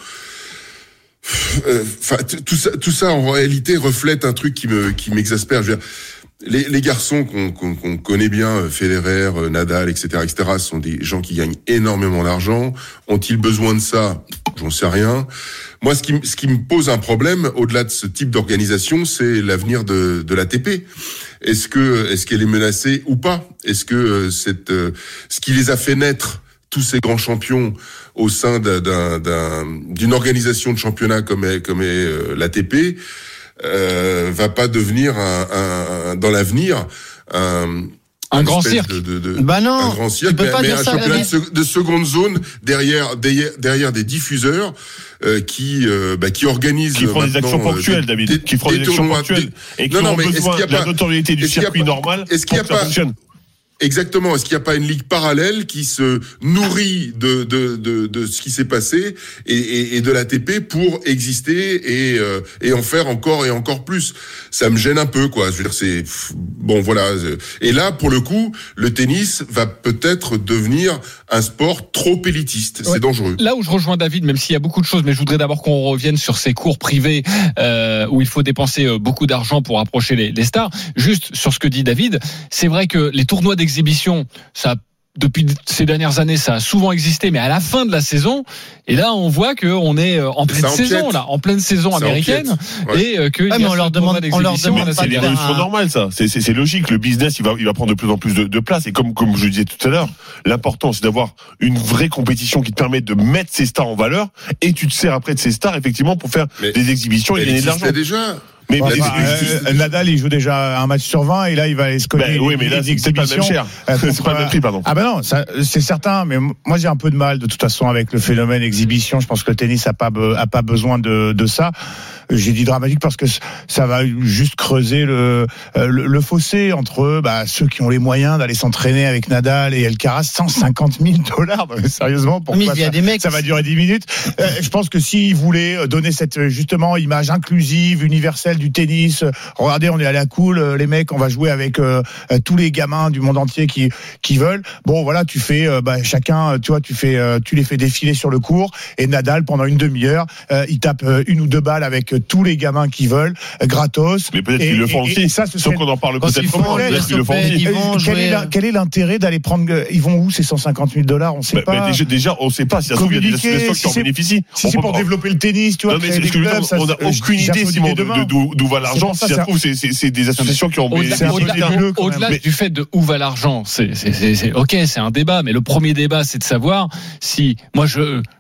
enfin euh, tout ça, tout ça en réalité reflète un truc qui me, qui m'exaspère. Je veux dire, Les, les garçons qu'on, qu'on, qu'on connaît bien, Federer, Nadal, et cetera, et cetera, sont des gens qui gagnent énormément d'argent. Ont-ils besoin de ça? J'en sais rien. Moi, ce qui, ce qui me pose un problème, au-delà de ce type d'organisation, c'est l'avenir de, de l'A T P. Est-ce que, est-ce qu'elle est menacée ou pas? Est-ce que cette, ce qui les a fait naître, tous ces grands champions, au sein d'un, d'un, d'un, d'une organisation de championnat comme est, comme est l'A T P, Euh, va pas devenir un, un, un, dans l'avenir un, un grand cirque. De, de, de, bah non, un grand cirque, tu peux mais, pas mais dire un ça, championnat mais... de, de seconde zone derrière derrière, derrière des diffuseurs euh, qui euh, bah, qui organisent qui font des actions ponctuelles, David, des, qui font des des actions tournois, ponctuelles des... et qui non, non, ont mais besoin de la notoriété du circuit pas, normal est-ce qu'il y a pour que ça pas, fonctionne. Exactement. Est-ce qu'il n'y a pas une ligue parallèle qui se nourrit de de de, de ce qui s'est passé et, et, et de l'A T P pour exister et euh, et en faire encore et encore plus? Ça me gêne un peu, quoi. Je veux dire, c'est bon, voilà. Et là, pour le coup, le tennis va peut-être devenir un sport trop élitiste. Ouais. C'est dangereux. Là où je rejoins David, même s'il y a beaucoup de choses, mais je voudrais d'abord qu'on revienne sur ces cours privés euh, où il faut dépenser beaucoup d'argent pour approcher les, les stars. Juste sur ce que dit David, c'est vrai que les tournois d'exhibition, ça, depuis ces dernières années, ça a souvent existé, mais à la fin de la saison, et là on voit que on est en pleine saison, là, en pleine saison ça américaine, ouais. et que ah, mais on leur demande, on leur demande c'est l'évolution normale, ça. C'est, c'est, c'est logique. Le business, il va, il va prendre de plus en plus de, de place. Et comme, comme je le disais tout à l'heure, l'important, c'est d'avoir une vraie compétition qui te permet de mettre ces stars en valeur, et tu te sers après de ces stars, effectivement, pour faire mais des exhibitions et gagner de l'argent. Déjà. Mais, ouais, mais bah, euh, Nadal il joue déjà un match sur vingt et là il va aller se cogner. Ben, oui, mais là c'est pas le même cher. Euh, c'est pas le même prix, pardon. Ah ben non, ça, c'est certain. Mais moi j'ai un peu de mal de toute façon avec le phénomène exhibition. Je pense que le tennis a pas a pas besoin de de ça. J'ai dit dramatique parce que ça va juste creuser le le, le fossé entre bah, ceux qui ont les moyens d'aller s'entraîner avec Nadal et Alcaraz. Cent cinquante mille dollars. Sérieusement, pourquoi mais il y a ça, des mecs ça va durer dix minutes? euh, Je pense que s'ils voulaient donner cette justement image inclusive, universelle du tennis, regardez, on est à la cool, les mecs, on va jouer avec euh, tous les gamins du monde entier qui qui veulent. Bon, voilà, tu fais euh, bah, chacun, tu vois, tu fais, euh, tu les fais défiler sur le court et Nadal pendant une demi-heure, euh, il tape euh, une ou deux balles avec tous les gamins qui veulent, euh, gratos. Mais peut-être et, qu'ils le font aussi. Ça, ce sauf qu'on en parle peut-être pas. Peut-être qu'ils le font aussi. Quel est, la, quel est l'intérêt d'aller prendre? Ils vont où ces cent cinquante mille dollars? On sait bah, pas. Bah, déjà, déjà, on sait pas. Si ça se trouve, il y a des associations qui en bénéficient. Si c'est pour développer le tennis, tu vois. Non, mais c'est ce que je veux dire. On n'a aucune idée, Simon, d'où va l'argent. Si ça se trouve, c'est, c'est, c'est des associations qui ont au-delà, au-delà, au-delà du fait de où va l'argent, c'est, c'est, c'est, c'est ok, c'est un débat, mais le premier débat, c'est de savoir si moi je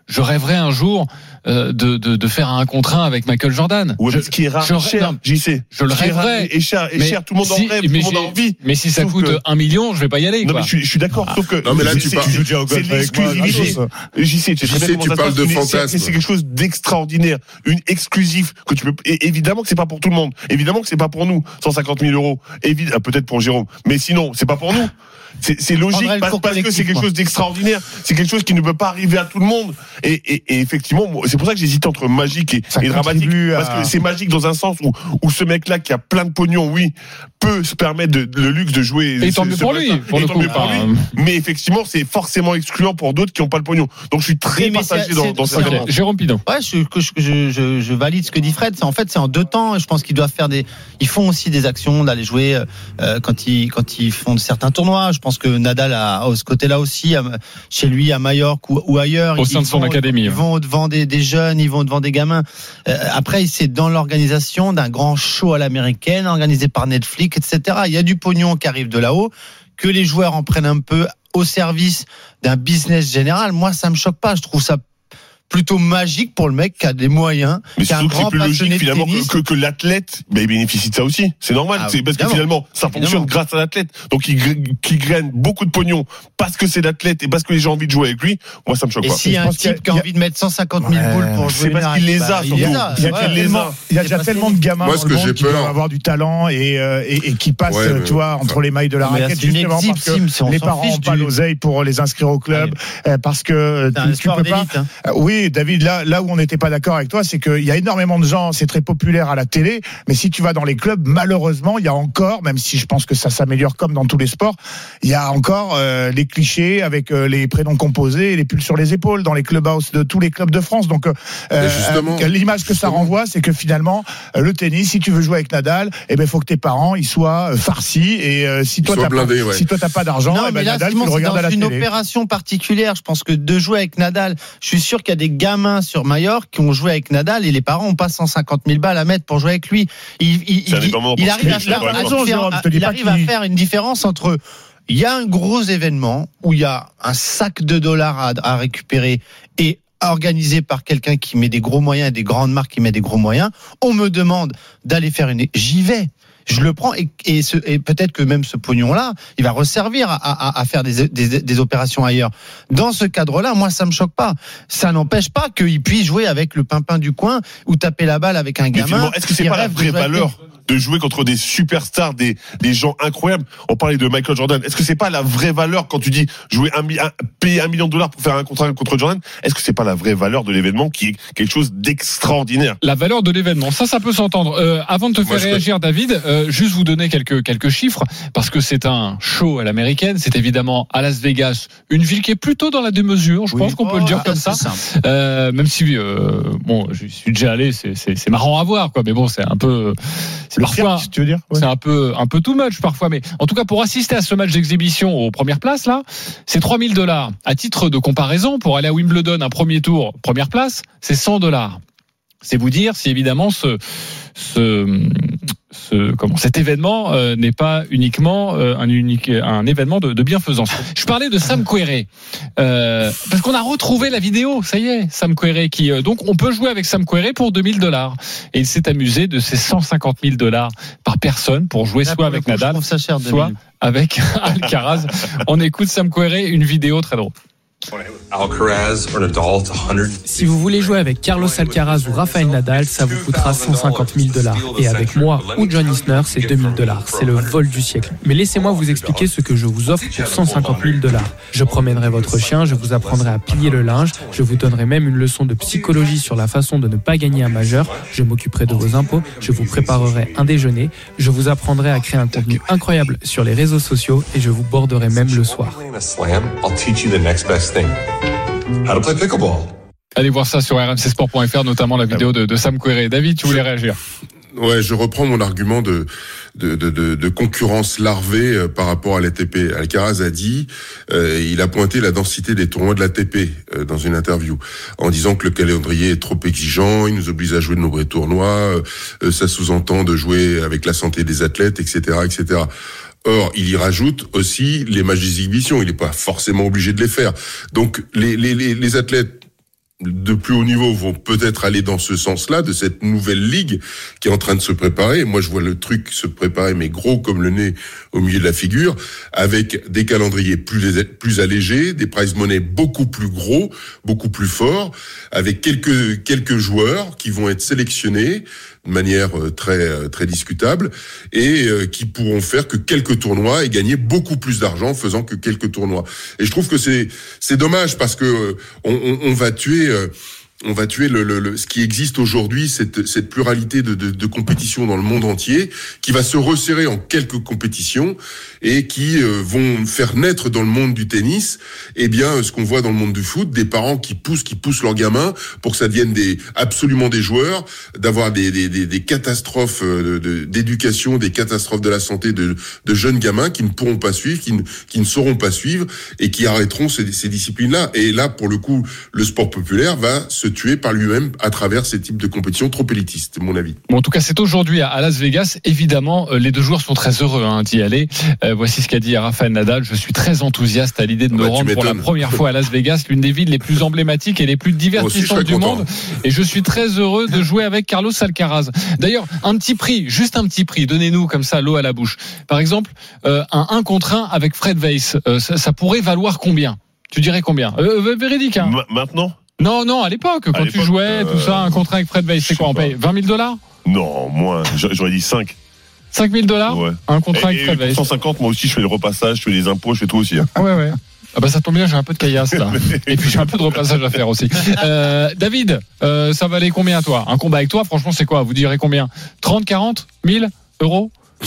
je rêverais un jour euh, de, de, de faire un contre un avec Michael Jordan. Ouais, ce qui est rare, je, cher, j'y sais. Je le rêverais. Et cher, et mais cher, tout le monde si, en rêve, mais tout le monde a envie. Mais si ça Sauf coûte que... un million, je vais pas y aller. Non, quoi. mais je, je suis d'accord. Ah. Sauf que. Non, mais là, tu c'est, parles. c'est, c'est l'exclusivité. J'y sais, tu sais, tu parles de fantasme. C'est quelque chose d'extraordinaire. Une exclusif que tu peux, et évidemment que c'est pas pour tout le monde. Évidemment que c'est pas pour nous. cent cinquante mille euros. Évidemment, peut-être pour Jérôme. Mais sinon, c'est pas pour nous. C'est, c'est logique parce, parce que c'est quelque chose d'extraordinaire. C'est quelque chose qui ne peut pas arriver à tout le monde. Et, et, et effectivement, c'est pour ça que j'hésite entre magique et, et dramatique. À... Parce que c'est magique dans un sens où, où ce mec-là qui a plein de pognon, oui, peut se permettre de, le luxe de jouer. Et tant mieux pour lui. Pour le coup, pour lui. Mais effectivement, c'est forcément excluant pour d'autres qui n'ont pas le pognon. Donc je suis très partagé dans, dans ça. Jérôme Pidon. Ouais, je, je, je, je valide ce que dit Fred. C'est, en fait, c'est en deux temps. Je pense qu'ils doivent faire des. Ils font aussi des actions d'aller jouer euh, quand ils quand ils font certains tournois. Je pense que Nadal a à ce côté-là aussi, à, chez lui à Majorque ou, ou ailleurs. Au sein de son vont, académie. Ils vont devant des, des jeunes, ils vont devant des gamins. Euh, après, c'est dans l'organisation d'un grand show à l'américaine, organisé par Netflix, et cetera. Il y a du pognon qui arrive de là-haut, que les joueurs en prennent un peu au service d'un business général. Moi, ça me choque pas. Je trouve ça plutôt magique pour le mec qui a des moyens, mais qui a un grand c'est plus logique finalement tennis. que, que, que l'athlète ben, il bénéficie de ça aussi. C'est normal, ah, c'est parce évidemment. que finalement ça fonctionne évidemment. grâce à l'athlète. Donc il, qui graine beaucoup de pognon parce que c'est l'athlète et parce que les gens ont envie de jouer avec lui. Moi ça me choque et pas. Et s'il y a un type qui a envie de mettre cent cinquante mille ouais. boules pour jouer, c'est parce qu'il les a. Il y a, il y a, ouais, tellement, il y a déjà tellement de gamins Moi, dans le monde qui peuvent avoir du talent et, euh, et, et qui passent, ouais, tu vois, entre les mailles de la raquette justement parce que les parents n'ont pas l'oseille pour les inscrire au club, parce que tu peux pas. Oui, David, là, là où on n'était pas d'accord avec toi, c'est qu'il y a énormément de gens, c'est très populaire à la télé, mais si tu vas dans les clubs, malheureusement, il y a encore, même si je pense que ça s'améliore comme dans tous les sports, il y a encore euh, les clichés avec euh, les prénoms composés et les pulls sur les épaules dans les clubhouse de tous les clubs de France. Donc, euh, euh, l'image que ça renvoie, c'est que finalement, euh, le tennis, si tu veux jouer avec Nadal, eh ben, faut que tes parents, ils soient euh, farcis et euh, si toi, t'as blindés, pas, ouais. si toi, t'as pas d'argent, non, eh ben, mais là, Nadal, Simon, tu le regardes à la télé. C'est dans une opération particulière. Je pense que de jouer avec Nadal, je suis sûr qu'il y a des gamins sur Majorque qui ont joué avec Nadal et les parents ont pas cent cinquante mille balles à mettre pour jouer avec lui. Il, il, il, il, il arrive, à faire, à faire, il arrive à faire une différence entre il y a un gros événement où il y a un sac de dollars à, à récupérer et organisé par quelqu'un qui met des gros moyens et des grandes marques qui met des gros moyens. On me demande d'aller faire une, j'y vais. Je le prends et, et, ce, et peut-être que même ce pognon-là, il va resservir à, à, à faire des, des, des opérations ailleurs. Dans ce cadre-là, moi, ça me choque pas. Ça n'empêche pas qu'il puisse jouer avec le pimpin du coin ou taper la balle avec un gamin. Est-ce que c'est pas la vraie valeur de jouer contre des superstars, des, des gens incroyables? On parlait de Michael Jordan. Est-ce que c'est pas la vraie valeur quand tu dis jouer un, un payer un million de dollars pour faire un contrat contre Jordan? Est-ce que c'est pas la vraie valeur de l'événement qui est quelque chose d'extraordinaire? La valeur de l'événement, ça, ça peut s'entendre. Euh, avant de te faire Moi, réagir, peux... David, euh, juste vous donner quelques quelques chiffres parce que c'est un show à l'américaine. C'est évidemment à Las Vegas, une ville qui est plutôt dans la démesure. Je oui. pense qu'on oh, peut le dire ah, comme ça. Euh, même si euh, bon, je suis déjà allé, c'est, c'est c'est marrant à voir, quoi. Mais bon, c'est un peu C'est le parfois, cirque, tu veux dire ouais. c'est un peu, un peu too much parfois, mais en tout cas pour assister à ce match d'exhibition aux premières places là, c'est trois mille dollars. À titre de comparaison, pour aller à Wimbledon un premier tour, première place, c'est cent dollars. C'est vous dire si évidemment ce, ce, ce comment cet événement euh, n'est pas uniquement euh, un unique un événement de, de bienfaisance. Je parlais de Sam Querrey euh, parce qu'on a retrouvé la vidéo. Ça y est, Sam Querrey qui euh, donc on peut jouer avec Sam Querrey pour deux mille dollars et il s'est amusé de ces cent cinquante mille dollars par personne pour jouer soit avec Nadal, cher, soit avec Alcaraz. On écoute Sam Querrey, une vidéo très drôle. Si vous voulez jouer avec Carlos Alcaraz ou Rafael Nadal, ça vous coûtera cent cinquante mille dollars. Et avec moi ou John Isner, c'est deux mille dollars. C'est le vol du siècle. Mais laissez-moi vous expliquer ce que je vous offre pour cent cinquante mille dollars. Je promènerai votre chien, je vous apprendrai à plier le linge, je vous donnerai même une leçon de psychologie sur la façon de ne pas gagner un majeur, je m'occuperai de vos impôts, je vous préparerai un déjeuner, je vous apprendrai à créer un contenu incroyable sur les réseaux sociaux et je vous borderai même le soir. How to play pickleball. Allez voir ça sur r m c sport point f r, notamment la vidéo de, de Sam Querrey. David, tu voulais réagir? Ouais, je reprends mon argument de de de, de, de concurrence larvée euh, par rapport à l'A T P. Alcaraz a dit, euh, il a pointé la densité des tournois de l'A T P euh, dans une interview, en disant que le calendrier est trop exigeant, il nous oblige à jouer de nombreux tournois, euh, ça sous-entend de jouer avec la santé des athlètes, et cetera, et cetera. Or, il y rajoute aussi les matchs d'exhibition. Il n'est pas forcément obligé de les faire. Donc, les, les, les, les athlètes de plus haut niveau vont peut-être aller dans ce sens-là, de cette nouvelle ligue qui est en train de se préparer. Moi, je vois le truc se préparer, mais gros comme le nez au milieu de la figure, avec des calendriers plus, plus allégés, des prize money beaucoup plus gros, beaucoup plus forts, avec quelques, quelques joueurs qui vont être sélectionnés de manière très, très discutable et qui pourront faire que quelques tournois et gagner beaucoup plus d'argent en faisant que quelques tournois. Et je trouve que c'est, c'est dommage parce que on, on, on va tuer, on va tuer le, le, le, ce qui existe aujourd'hui, cette, cette pluralité de, de, de compétitions dans le monde entier, qui va se resserrer en quelques compétitions et qui euh, vont faire naître dans le monde du tennis, eh bien, ce qu'on voit dans le monde du foot, des parents qui poussent, qui poussent leurs gamins pour que ça devienne des, absolument des joueurs, d'avoir des, des, des, des catastrophes de, de, d'éducation, des catastrophes de la santé de, de jeunes gamins qui ne pourront pas suivre, qui ne, qui ne sauront pas suivre et qui arrêteront ces, ces disciplines-là. Et là, pour le coup, le sport populaire va se tuer par lui-même à travers ces types de compétitions trop élitistes, mon avis. Bon, en tout cas, c'est aujourd'hui à Las Vegas. Évidemment, les deux joueurs sont très heureux hein, d'y aller. Euh, voici ce qu'a dit Rafael Nadal. Je suis très enthousiaste à l'idée de me bah, rendre pour la première fois à Las Vegas, l'une des villes les plus emblématiques et les plus divertissantes aussi, du content. monde. Et je suis très heureux de jouer avec Carlos Alcaraz. D'ailleurs, un petit prix, juste un petit prix. Donnez-nous comme ça l'eau à la bouche. Par exemple, euh, un un contre un avec Fred Weiss, euh, ça, ça pourrait valoir combien ? Tu dirais combien ? euh, Véridique, hein. M- Maintenant ? Non, non, à l'époque, quand à l'époque, tu jouais, euh, tout ça, un contrat avec Fred Weiss, c'est quoi, on paye vingt mille dollars ? Non, moins, j'aurais dit cinq. cinq mille dollars ? Ouais. Un contrat et, avec Fred Weiss. cent cinquante, moi aussi, je fais le repassage, je fais des impôts, je fais tout aussi. Hein. Ouais, ouais. Ah bah ça tombe bien, j'ai un peu de caillasse là. Et puis j'ai un peu de repassage à faire aussi. Euh, David, euh, ça valait combien toi ? Un combat avec toi, franchement, c'est quoi ? Vous direz combien ? trente, quarante, mille euros ?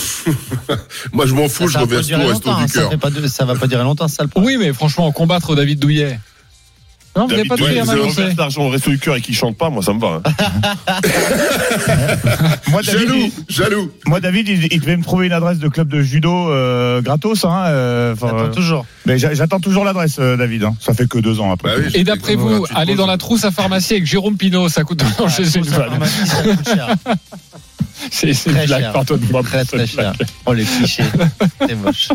Moi je m'en fous, ça je reverse tout au resto du cœur. Ça, ça va pas durer longtemps, ça le problème. Oui, mais franchement, combattre David Douillet. Non, David, vous n'avez pas de prix à m'annoncer. L'argent au resto du cœur et qui chante pas, moi ça me va. Hein. moi, David, jaloux, jaloux. Moi, David, il, il devait me trouver une adresse de club de judo euh, gratos. Hein, euh, j'attends euh, toujours. Mais j'attends toujours l'adresse, euh, David. Hein. Ça fait que deux ans après. Bah oui, et d'après vous, aller dans la trousse à pharmacie avec Jérôme Pinault, ça coûte ah, chez une ça coûte cher. C'est, c'est une blague, pardonne-moi. Très très cher. Oh les clichés, c'est moche.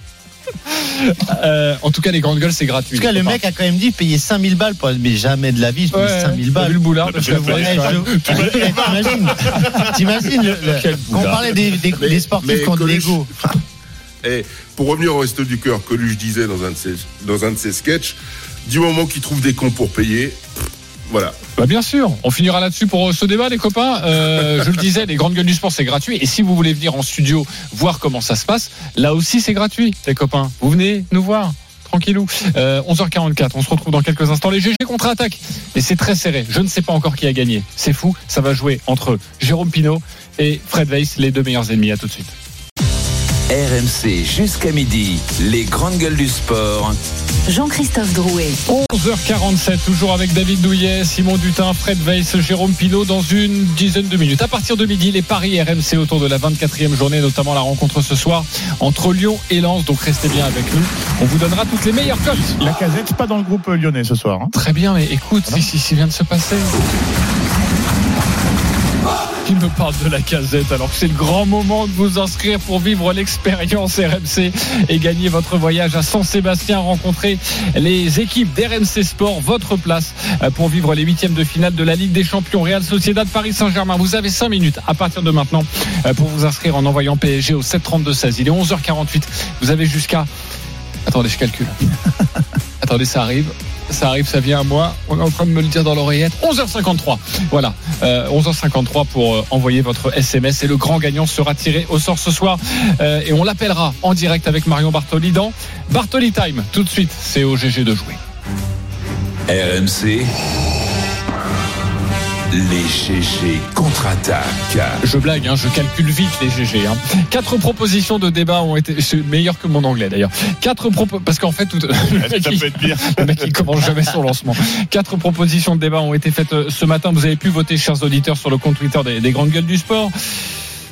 Euh, en tout cas, les grandes gueules, c'est gratuit. En tout cas, le mec a quand même dit payer cinq mille balles pour... Mais jamais de la vie, je paye ouais, cinq mille balles. Vu le boulard, je vois, t'imagines, t'imagines le, le, on parlait des, des, mais, des sportifs qui ont de l'ego. Et pour revenir au resto du cœur, Coluche disait dans un de ses, dans un de ses sketchs, du moment qu'il trouve des cons pour payer, voilà. Bah bien sûr, on finira là-dessus pour ce débat les copains. Euh, je le disais, les grandes gueules du sport c'est gratuit et si vous voulez venir en studio voir comment ça se passe, là aussi c'est gratuit les copains. Vous venez nous voir tranquillou. Euh, onze heures quarante-quatre, on se retrouve dans quelques instants. Les G G contre-attaque et c'est très serré. Je ne sais pas encore qui a gagné. C'est fou, ça va jouer entre Jérôme Pinault et Fred Weiss, les deux meilleurs ennemis. À tout de suite. R M C jusqu'à midi, les grandes gueules du sport. Jean-Christophe Drouet. onze heures quarante-sept, toujours avec David Douillet, Simon Dutin, Fred Weiss, Jérôme Pinault dans une dizaine de minutes. À partir de midi, les paris R M C autour de la vingt-quatrième journée, notamment la rencontre ce soir entre Lyon et Lens. Donc restez bien avec nous. On vous donnera toutes les meilleures cotes. La Casette, pas dans le groupe lyonnais ce soir. Hein. Très bien, mais écoute, si, si, si vient de se passer. Il me parle de la Casette alors que c'est le grand moment de vous inscrire pour vivre l'expérience R M C et gagner votre voyage à Saint-Sébastien, rencontrer les équipes d'R M C Sport, votre place pour vivre les huitièmes de finale de la Ligue des Champions. Real Sociedad Paris Saint-Germain, vous avez cinq minutes à partir de maintenant pour vous inscrire en envoyant P S G au sept trente-deux seize. Il est onze heures quarante-huit, vous avez jusqu'à... Attendez, je calcule. Attendez, ça arrive. Ça arrive, ça vient à moi. On est en train de me le dire dans l'oreillette. onze heures cinquante-trois. Voilà. Euh, onze heures cinquante-trois pour euh, envoyer votre S M S. Et le grand gagnant sera tiré au sort ce soir. Euh, et on l'appellera en direct avec Marion Bartoli dans Bartoli Time. Tout de suite, c'est au G G de jouer. R M C. Les G G contre-attaque. Je blague, hein, je calcule vite les G G. Hein. Quatre propositions de débat ont été... C'est meilleur que mon anglais d'ailleurs. Quatre propos... Parce qu'en fait, tout... le, mec, ça il... peut être pire. le mec il commence jamais son lancement. Quatre propositions de débat ont été faites ce matin. Vous avez pu voter, chers auditeurs, sur le compte Twitter des, des grandes gueules du sport.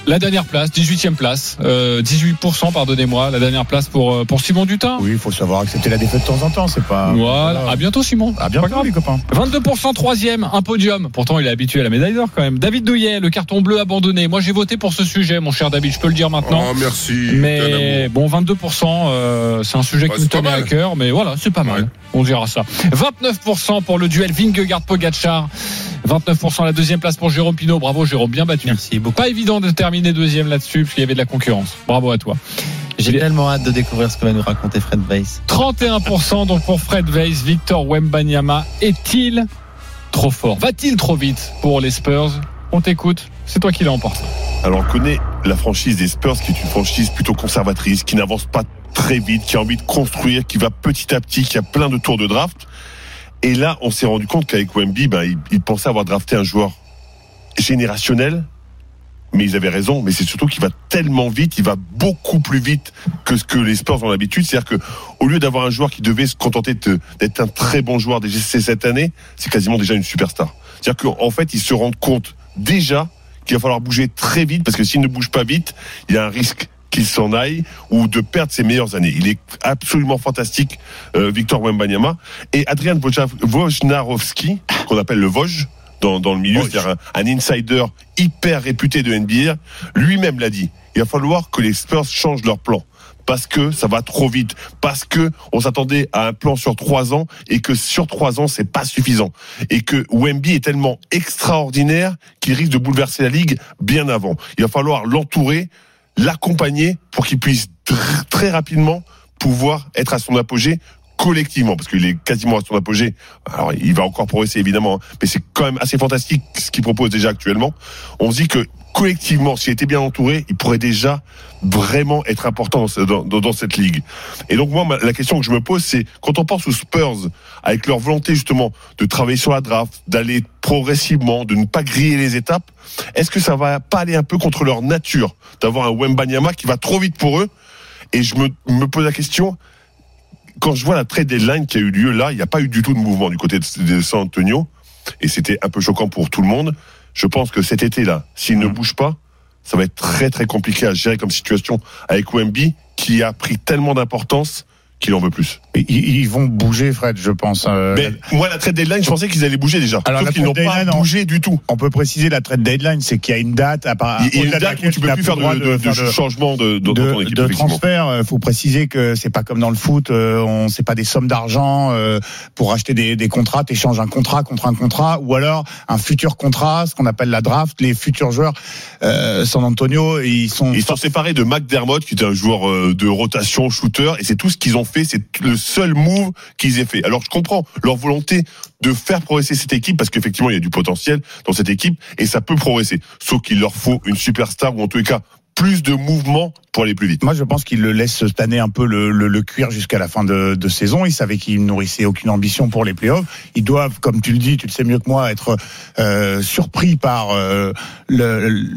La dernière place, dix-huitième place, euh, dix-huit pour cent, pardonnez-moi, la dernière place pour, pour Simon Dutin. Oui, il faut savoir accepter la défaite de temps en temps, c'est pas. Voilà, à bientôt Simon. À bientôt les copains. vingt-deux pour cent, troisième, un podium. Pourtant, il est habitué à la médaille d'or quand même. David Douillet, le carton bleu abandonné. Moi, j'ai voté pour ce sujet, mon cher David, je peux le dire maintenant. Oh, merci. Mais bon, vingt-deux pour cent, euh, c'est un sujet bah, qui me tenait à cœur, mais voilà, c'est pas mal. Ouais. On dira ça. vingt-neuf pour cent pour le duel Vingegaard-Pogačar. vingt-neuf pour cent la deuxième place pour Jérôme Pinault. Bravo Jérôme, bien battu. Merci beaucoup. Pas évident de terminer deuxième là-dessus parce qu'il y avait de la concurrence. Bravo à toi. J'ai Il... tellement hâte de découvrir ce que va nous raconter Fred Weiss. trente et un pour cent donc pour Fred Weiss. Victor Wembanyama est-il trop fort? Va-t-il trop vite pour les Spurs? On t'écoute, c'est toi qui l'as emporté. Alors on connaît la franchise des Spurs qui est une franchise plutôt conservatrice, qui n'avance pas très vite, qui a envie de construire, qui va petit à petit, qui a plein de tours de draft. Et là, on s'est rendu compte qu'avec Wemby, ben, il, il pensait avoir drafté un joueur générationnel, mais ils avaient raison. Mais c'est surtout qu'il va tellement vite, il va beaucoup plus vite que ce que les Spurs ont l'habitude. C'est-à-dire que, au lieu d'avoir un joueur qui devait se contenter de, d'être un très bon joueur déjà cette année, c'est quasiment déjà une superstar. C'est-à-dire qu'en fait, ils se rendent compte déjà qu'il va falloir bouger très vite, parce que s'il ne bouge pas vite, il y a un risque qu'il s'en aille ou de perdre ses meilleures années. Il est absolument fantastique, euh, Victor Wembanyama. Et Adrian Wojnarowski, qu'on appelle le Woj dans, dans le milieu, Woj. C'est-à-dire un, un insider hyper réputé de N B A, lui-même l'a dit. Il va falloir que les Spurs changent leur plan. Parce que ça va trop vite, parce que on s'attendait à un plan sur trois ans et que sur trois ans c'est pas suffisant et que Wemby est tellement extraordinaire qu'il risque de bouleverser la ligue bien avant. Il va falloir l'entourer, l'accompagner pour qu'il puisse très rapidement pouvoir être à son apogée collectivement, parce qu'il est quasiment à son apogée. Alors il va encore progresser évidemment, mais c'est quand même assez fantastique ce qu'il propose déjà actuellement. On se dit que collectivement, s'il était bien entouré, il pourrait déjà vraiment être important dans, dans, dans cette ligue. Et donc moi, la question que je me pose, c'est quand on pense aux Spurs, avec leur volonté justement de travailler sur la draft, d'aller progressivement, de ne pas griller les étapes, est-ce que ça va pas aller un peu contre leur nature, d'avoir un Wembanyama qui va trop vite pour eux? Et je me, me pose la question, quand je vois la trade deadline qui a eu lieu là, il n'y a pas eu du tout de mouvement du côté de, de San Antonio, et c'était un peu choquant pour tout le monde. Je pense que cet été-là, s'il ne bouge pas, ça va être très très compliqué à gérer comme situation avec Wemby, qui a pris tellement d'importance qu'il en veut plus. Ils vont bouger, Fred, je pense. Mais moi, la trade deadline, je pensais qu'ils allaient bouger déjà. Alors, sauf qu'ils n'ont pas bougé on, du tout. On peut préciser la trade deadline, c'est qu'il y a une date à part. Il y a une date où tu peux plus faire de, de, de, de changement de, de, de, ton équipe, de transfert. Il faut préciser que c'est pas comme dans le foot. On c'est pas des sommes d'argent pour acheter des, des contrats. T'échanges un contrat contre un contrat, ou alors un futur contrat, ce qu'on appelle la draft. Les futurs joueurs, euh, San Antonio, ils sont. Ils sont séparés de McDermott, qui était un joueur de rotation, shooter, et c'est tout ce qu'ils ont fait. C'est le seul move qu'ils aient fait. Alors je comprends leur volonté de faire progresser cette équipe, parce qu'effectivement il y a du potentiel dans cette équipe et ça peut progresser, sauf qu'il leur faut une superstar, ou en tous les cas plus de mouvement pour aller plus vite. Moi je pense qu'ils le laissent tanner un peu le, le, le cuir jusqu'à la fin de, de saison. Ils savaient qu'ils nourrissaient aucune ambition pour les playoffs. Ils doivent, comme tu le dis, tu le sais mieux que moi, être euh, surpris par euh, le, le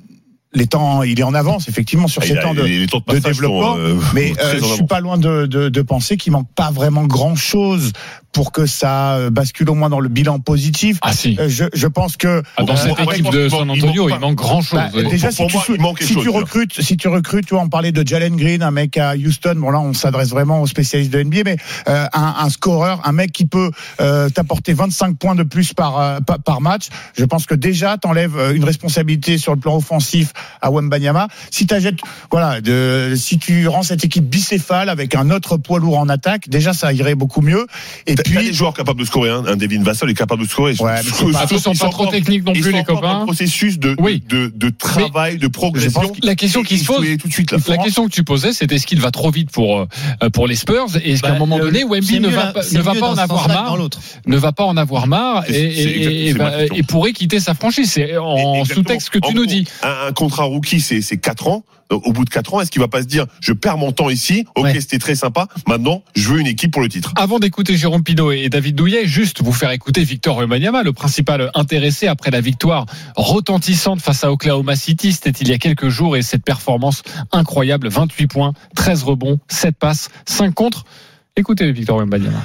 les temps, il est en avance effectivement sur ces temps de, les temps de, de développement, sont, euh, mais euh, je suis pas loin de, de, de penser qu'il manque pas vraiment grand chose pour que ça bascule au moins dans le bilan positif. Ah si. Euh, je, je pense que ah, dans euh, cette équipe de San Antonio, il, il manque grand chose. Bah, déjà, si, moi, tu, si chose, tu recrutes, si tu recrutes, tu vois, on parlait de Jalen Green, un mec à Houston. Bon là, on s'adresse vraiment aux spécialistes de N B A, mais euh, un, un scoreur, un mec qui peut euh, t'apporter vingt-cinq points de plus par, euh, par par match. Je pense que déjà, t'enlèves une responsabilité sur le plan offensif à Wembanyama. Si t'achètes, voilà, de, si tu rends cette équipe bicéphale avec un autre poids lourd en attaque, déjà ça irait beaucoup mieux. Et puis t'as des joueurs capables de scorer, hein. Un Devin Vassell est capable de scorer. Ouais, mais pas, tous sont pas trop techniques non plus les copains. Un processus de, oui. de, de, de travail, mais de progression. La question qui se pose, tout de suite, la question que tu posais, c'était est-ce qu'il va trop vite pour pour les Spurs, et est-ce qu'à bah, un moment le, donné, Wemby ne va pas, ne va pas en avoir marre, ne va pas en avoir marre et, et, et, bah, et pourrait quitter sa franchise. C'est en sous-texte que tu nous dis. Un, un contrat rookie, c'est, c'est quatre ans. Au bout de quatre ans, est-ce qu'il va pas se dire je perds mon temps ici, ok, ouais. C'était très sympa, maintenant je veux une équipe pour le titre. Avant d'écouter Jérôme Pinault et David Douillet, juste vous faire écouter Victor Wembanyama, le principal intéressé après la victoire retentissante face à Oklahoma City, c'était il y a quelques jours, et cette performance incroyable, vingt-huit points, treize rebonds, sept passes, cinq contres. Écoutez Victor Wembanyama.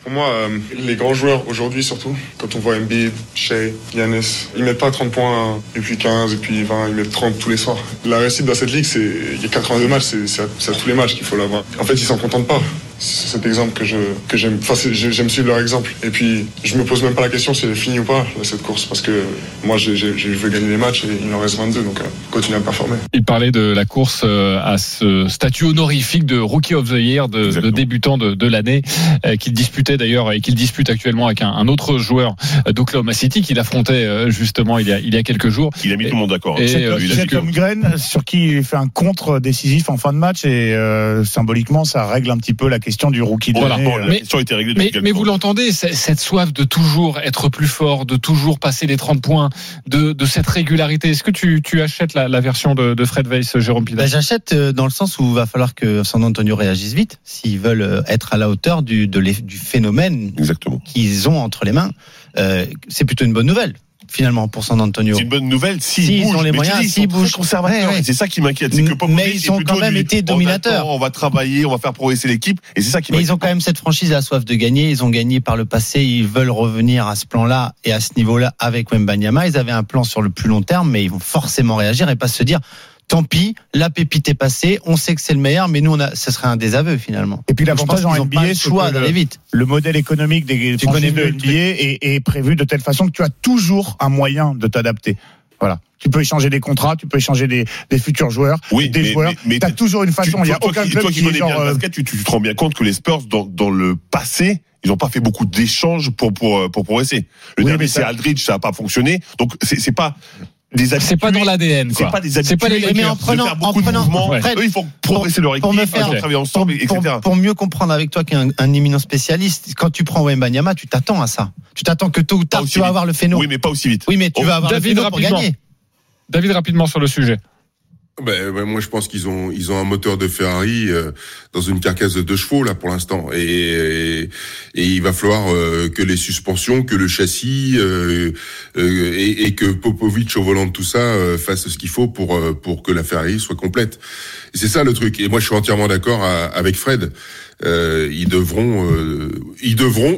Pour moi, euh, les grands joueurs aujourd'hui surtout, quand on voit Embiid, Shea, Giannis, ils mettent pas trente points et puis quinze et puis vingt, ils mettent trente tous les soirs. La réussite dans cette ligue, c'est il y a quatre-vingt-deux matchs, c'est, c'est, à, c'est à tous les matchs qu'il faut l'avoir. En fait, ils s'en contentent pas. C'est cet exemple que je que j'aime. Enfin, c'est, j'aime suivre leur exemple. Et puis, je me pose même pas la question si elle est finie ou pas là, cette course, parce que moi, j'ai, j'ai, je veux gagner les matchs et il en reste vingt-deux, donc euh, continuer à performer. Il parlait de la course euh, à ce statut honorifique de Rookie of the Year, de, de débutant de, de l'année, euh, qu'il disputait d'ailleurs et qu'il dispute actuellement avec un, un autre joueur d'Oklahoma City qu'il affrontait euh, justement il y a il y a quelques jours. Il a mis et, tout le monde d'accord. Et euh, Tom Green, sur qui il fait un contre décisif en fin de match et euh, symboliquement, ça règle un petit peu la question du rookie de voilà. l'année. Bon, la mais, question était réglée mais, mais vous l'entendez, cette soif de toujours être plus fort, de toujours passer les trente points, de, de cette régularité. Est-ce que tu, tu achètes la, la version de, de Fred Weiss, Jérôme Pina? Ben, j'achète dans le sens où il va falloir que San Antonio réagisse vite s'ils veulent être à la hauteur du, de du phénomène Exactement. qu'ils ont entre les mains. Euh, c'est plutôt une bonne nouvelle. Finalement, pour San Antonio. C'est une bonne nouvelle s'ils si bougent. Ils ont les mais moyens, s'ils s'ils bougent. Conservateurs. Ouais, ouais. C'est ça qui m'inquiète. C'est que Popovich, mais ils ont quand même du, été dominateurs. On, attend, on va travailler, on va faire progresser l'équipe. Et c'est ça qui mais m'inquiète. ils ont quand même cette franchise à la soif de gagner. Ils ont gagné par le passé. Ils veulent revenir à ce plan-là et à ce niveau-là avec Wembanyama. Ils avaient un plan sur le plus long terme, mais ils vont forcément réagir et pas se dire tant pis, la pépite est passée, on sait que c'est le meilleur, mais nous, on a, ce serait un désaveu finalement. Et puis l'avantage en N B A, c'est le choix d'aller vite. Le modèle économique des franchises de N B A est, est prévu de telle façon que tu as toujours un moyen de t'adapter. Voilà. Tu peux échanger des contrats, tu peux échanger des, des futurs joueurs, oui, des mais, joueurs. Tu as toujours une façon. Il n'y a aucun club toi qui, qui connais genre, bien le basket, tu, tu te rends bien compte que les Spurs, dans, dans le passé, ils n'ont pas fait beaucoup d'échanges pour pour pour progresser. Le oui, dernier, c'est Aldridge, ça n'a pas fonctionné. Donc c'est c'est pas. C'est pas dans l'A D N, quoi. C'est pas des habitués. C'est pas les mais en prenant, faire beaucoup en prenant, de mouvements. Ouais. Eux, ils font progresser leur équipe, pour me faire, travailler ensemble, pour, et cetera. Pour, pour mieux comprendre avec toi qu'un un éminent spécialiste, quand tu prends Wembanyama, tu t'attends à ça. Tu t'attends que tôt ou tard, tu vas avoir le phénomène. Oui, mais pas aussi vite. Oui, mais tu oh, vas avoir David, le phénomène pour gagner. David, rapidement sur le sujet. Ben, ben moi je pense qu'ils ont ils ont un moteur de Ferrari euh, dans une carcasse de deux chevaux là pour l'instant et et, et il va falloir euh, que les suspensions, que le châssis euh, euh, et, et que Popovich au volant de tout ça euh, fasse ce qu'il faut pour euh, pour que la Ferrari soit complète. Et c'est ça le truc. Et moi je suis entièrement d'accord à, avec Fred. Euh, ils devront euh, ils devront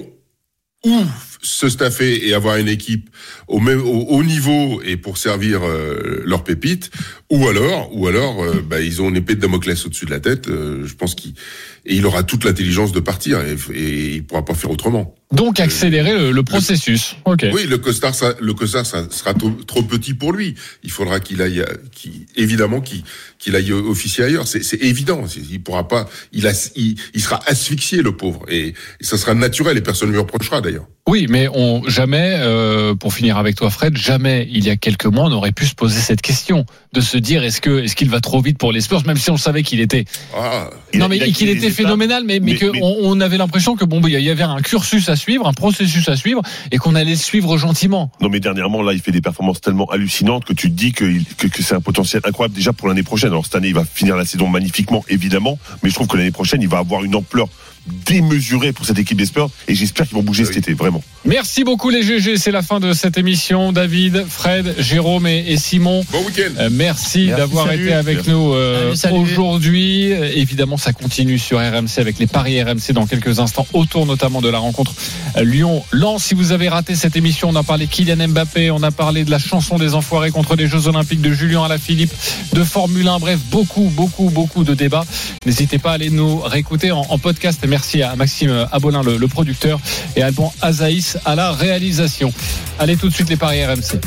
ou se staffer et avoir une équipe au même au haut niveau et pour servir euh, leurs pépites, ou alors ou alors euh, bah, ils ont une épée de Damoclès au-dessus de la tête. Euh, je pense qu'il et il aura toute l'intelligence de partir et, et il pourra pas faire autrement. Donc accélérer euh, le, le processus. Le, okay. Oui, le costard sera, le costard sera, sera trop, trop petit pour lui. Il faudra qu'il aille, qu'il, évidemment qu'il qu'il aille officier ailleurs. C'est, c'est évident. Il pourra pas. Il, a, il, il sera asphyxié le pauvre et, et ça sera naturel et personne ne lui reprochera d'ailleurs. Oui, mais on jamais, euh, pour finir avec toi, Fred, jamais il y a quelques mois on aurait pu se poser cette question de se dire est-ce que est-ce qu'il va trop vite pour les Spurs, même si on savait qu'il était. Ah, non, mais qu'il était phénoménal, mais mais, mais qu'on on avait l'impression que bon, il y avait un cursus à suivre, un processus à suivre, et qu'on allait le suivre gentiment. Non, mais dernièrement là, il fait des performances tellement hallucinantes que tu te dis que que, que c'est un potentiel incroyable déjà pour l'année prochaine. Alors cette année, il va finir la saison magnifiquement, évidemment, mais je trouve que l'année prochaine, il va avoir une ampleur démesuré pour cette équipe des Spurs et j'espère qu'ils vont bouger oui. cet été, vraiment. Merci beaucoup les G G, c'est la fin de cette émission. David, Fred, Jérôme et, et Simon. Bon week-end. Euh, merci, merci d'avoir salut. été avec merci. nous euh, salut, salut. aujourd'hui. Évidemment, ça continue sur R M C avec les paris R M C dans quelques instants, autour notamment de la rencontre Lyon-Lens. Si vous avez raté cette émission, on a parlé Kylian Mbappé, on a parlé de la chanson des Enfoirés contre les Jeux Olympiques de Julien Alaphilippe, de Formule un, bref, beaucoup, beaucoup, beaucoup de débats. N'hésitez pas à aller nous réécouter en, en podcast. Merci à Maxime Abolin, le, le producteur, et à Alban Azaïs à la réalisation. Allez, tout de suite les paris R M C.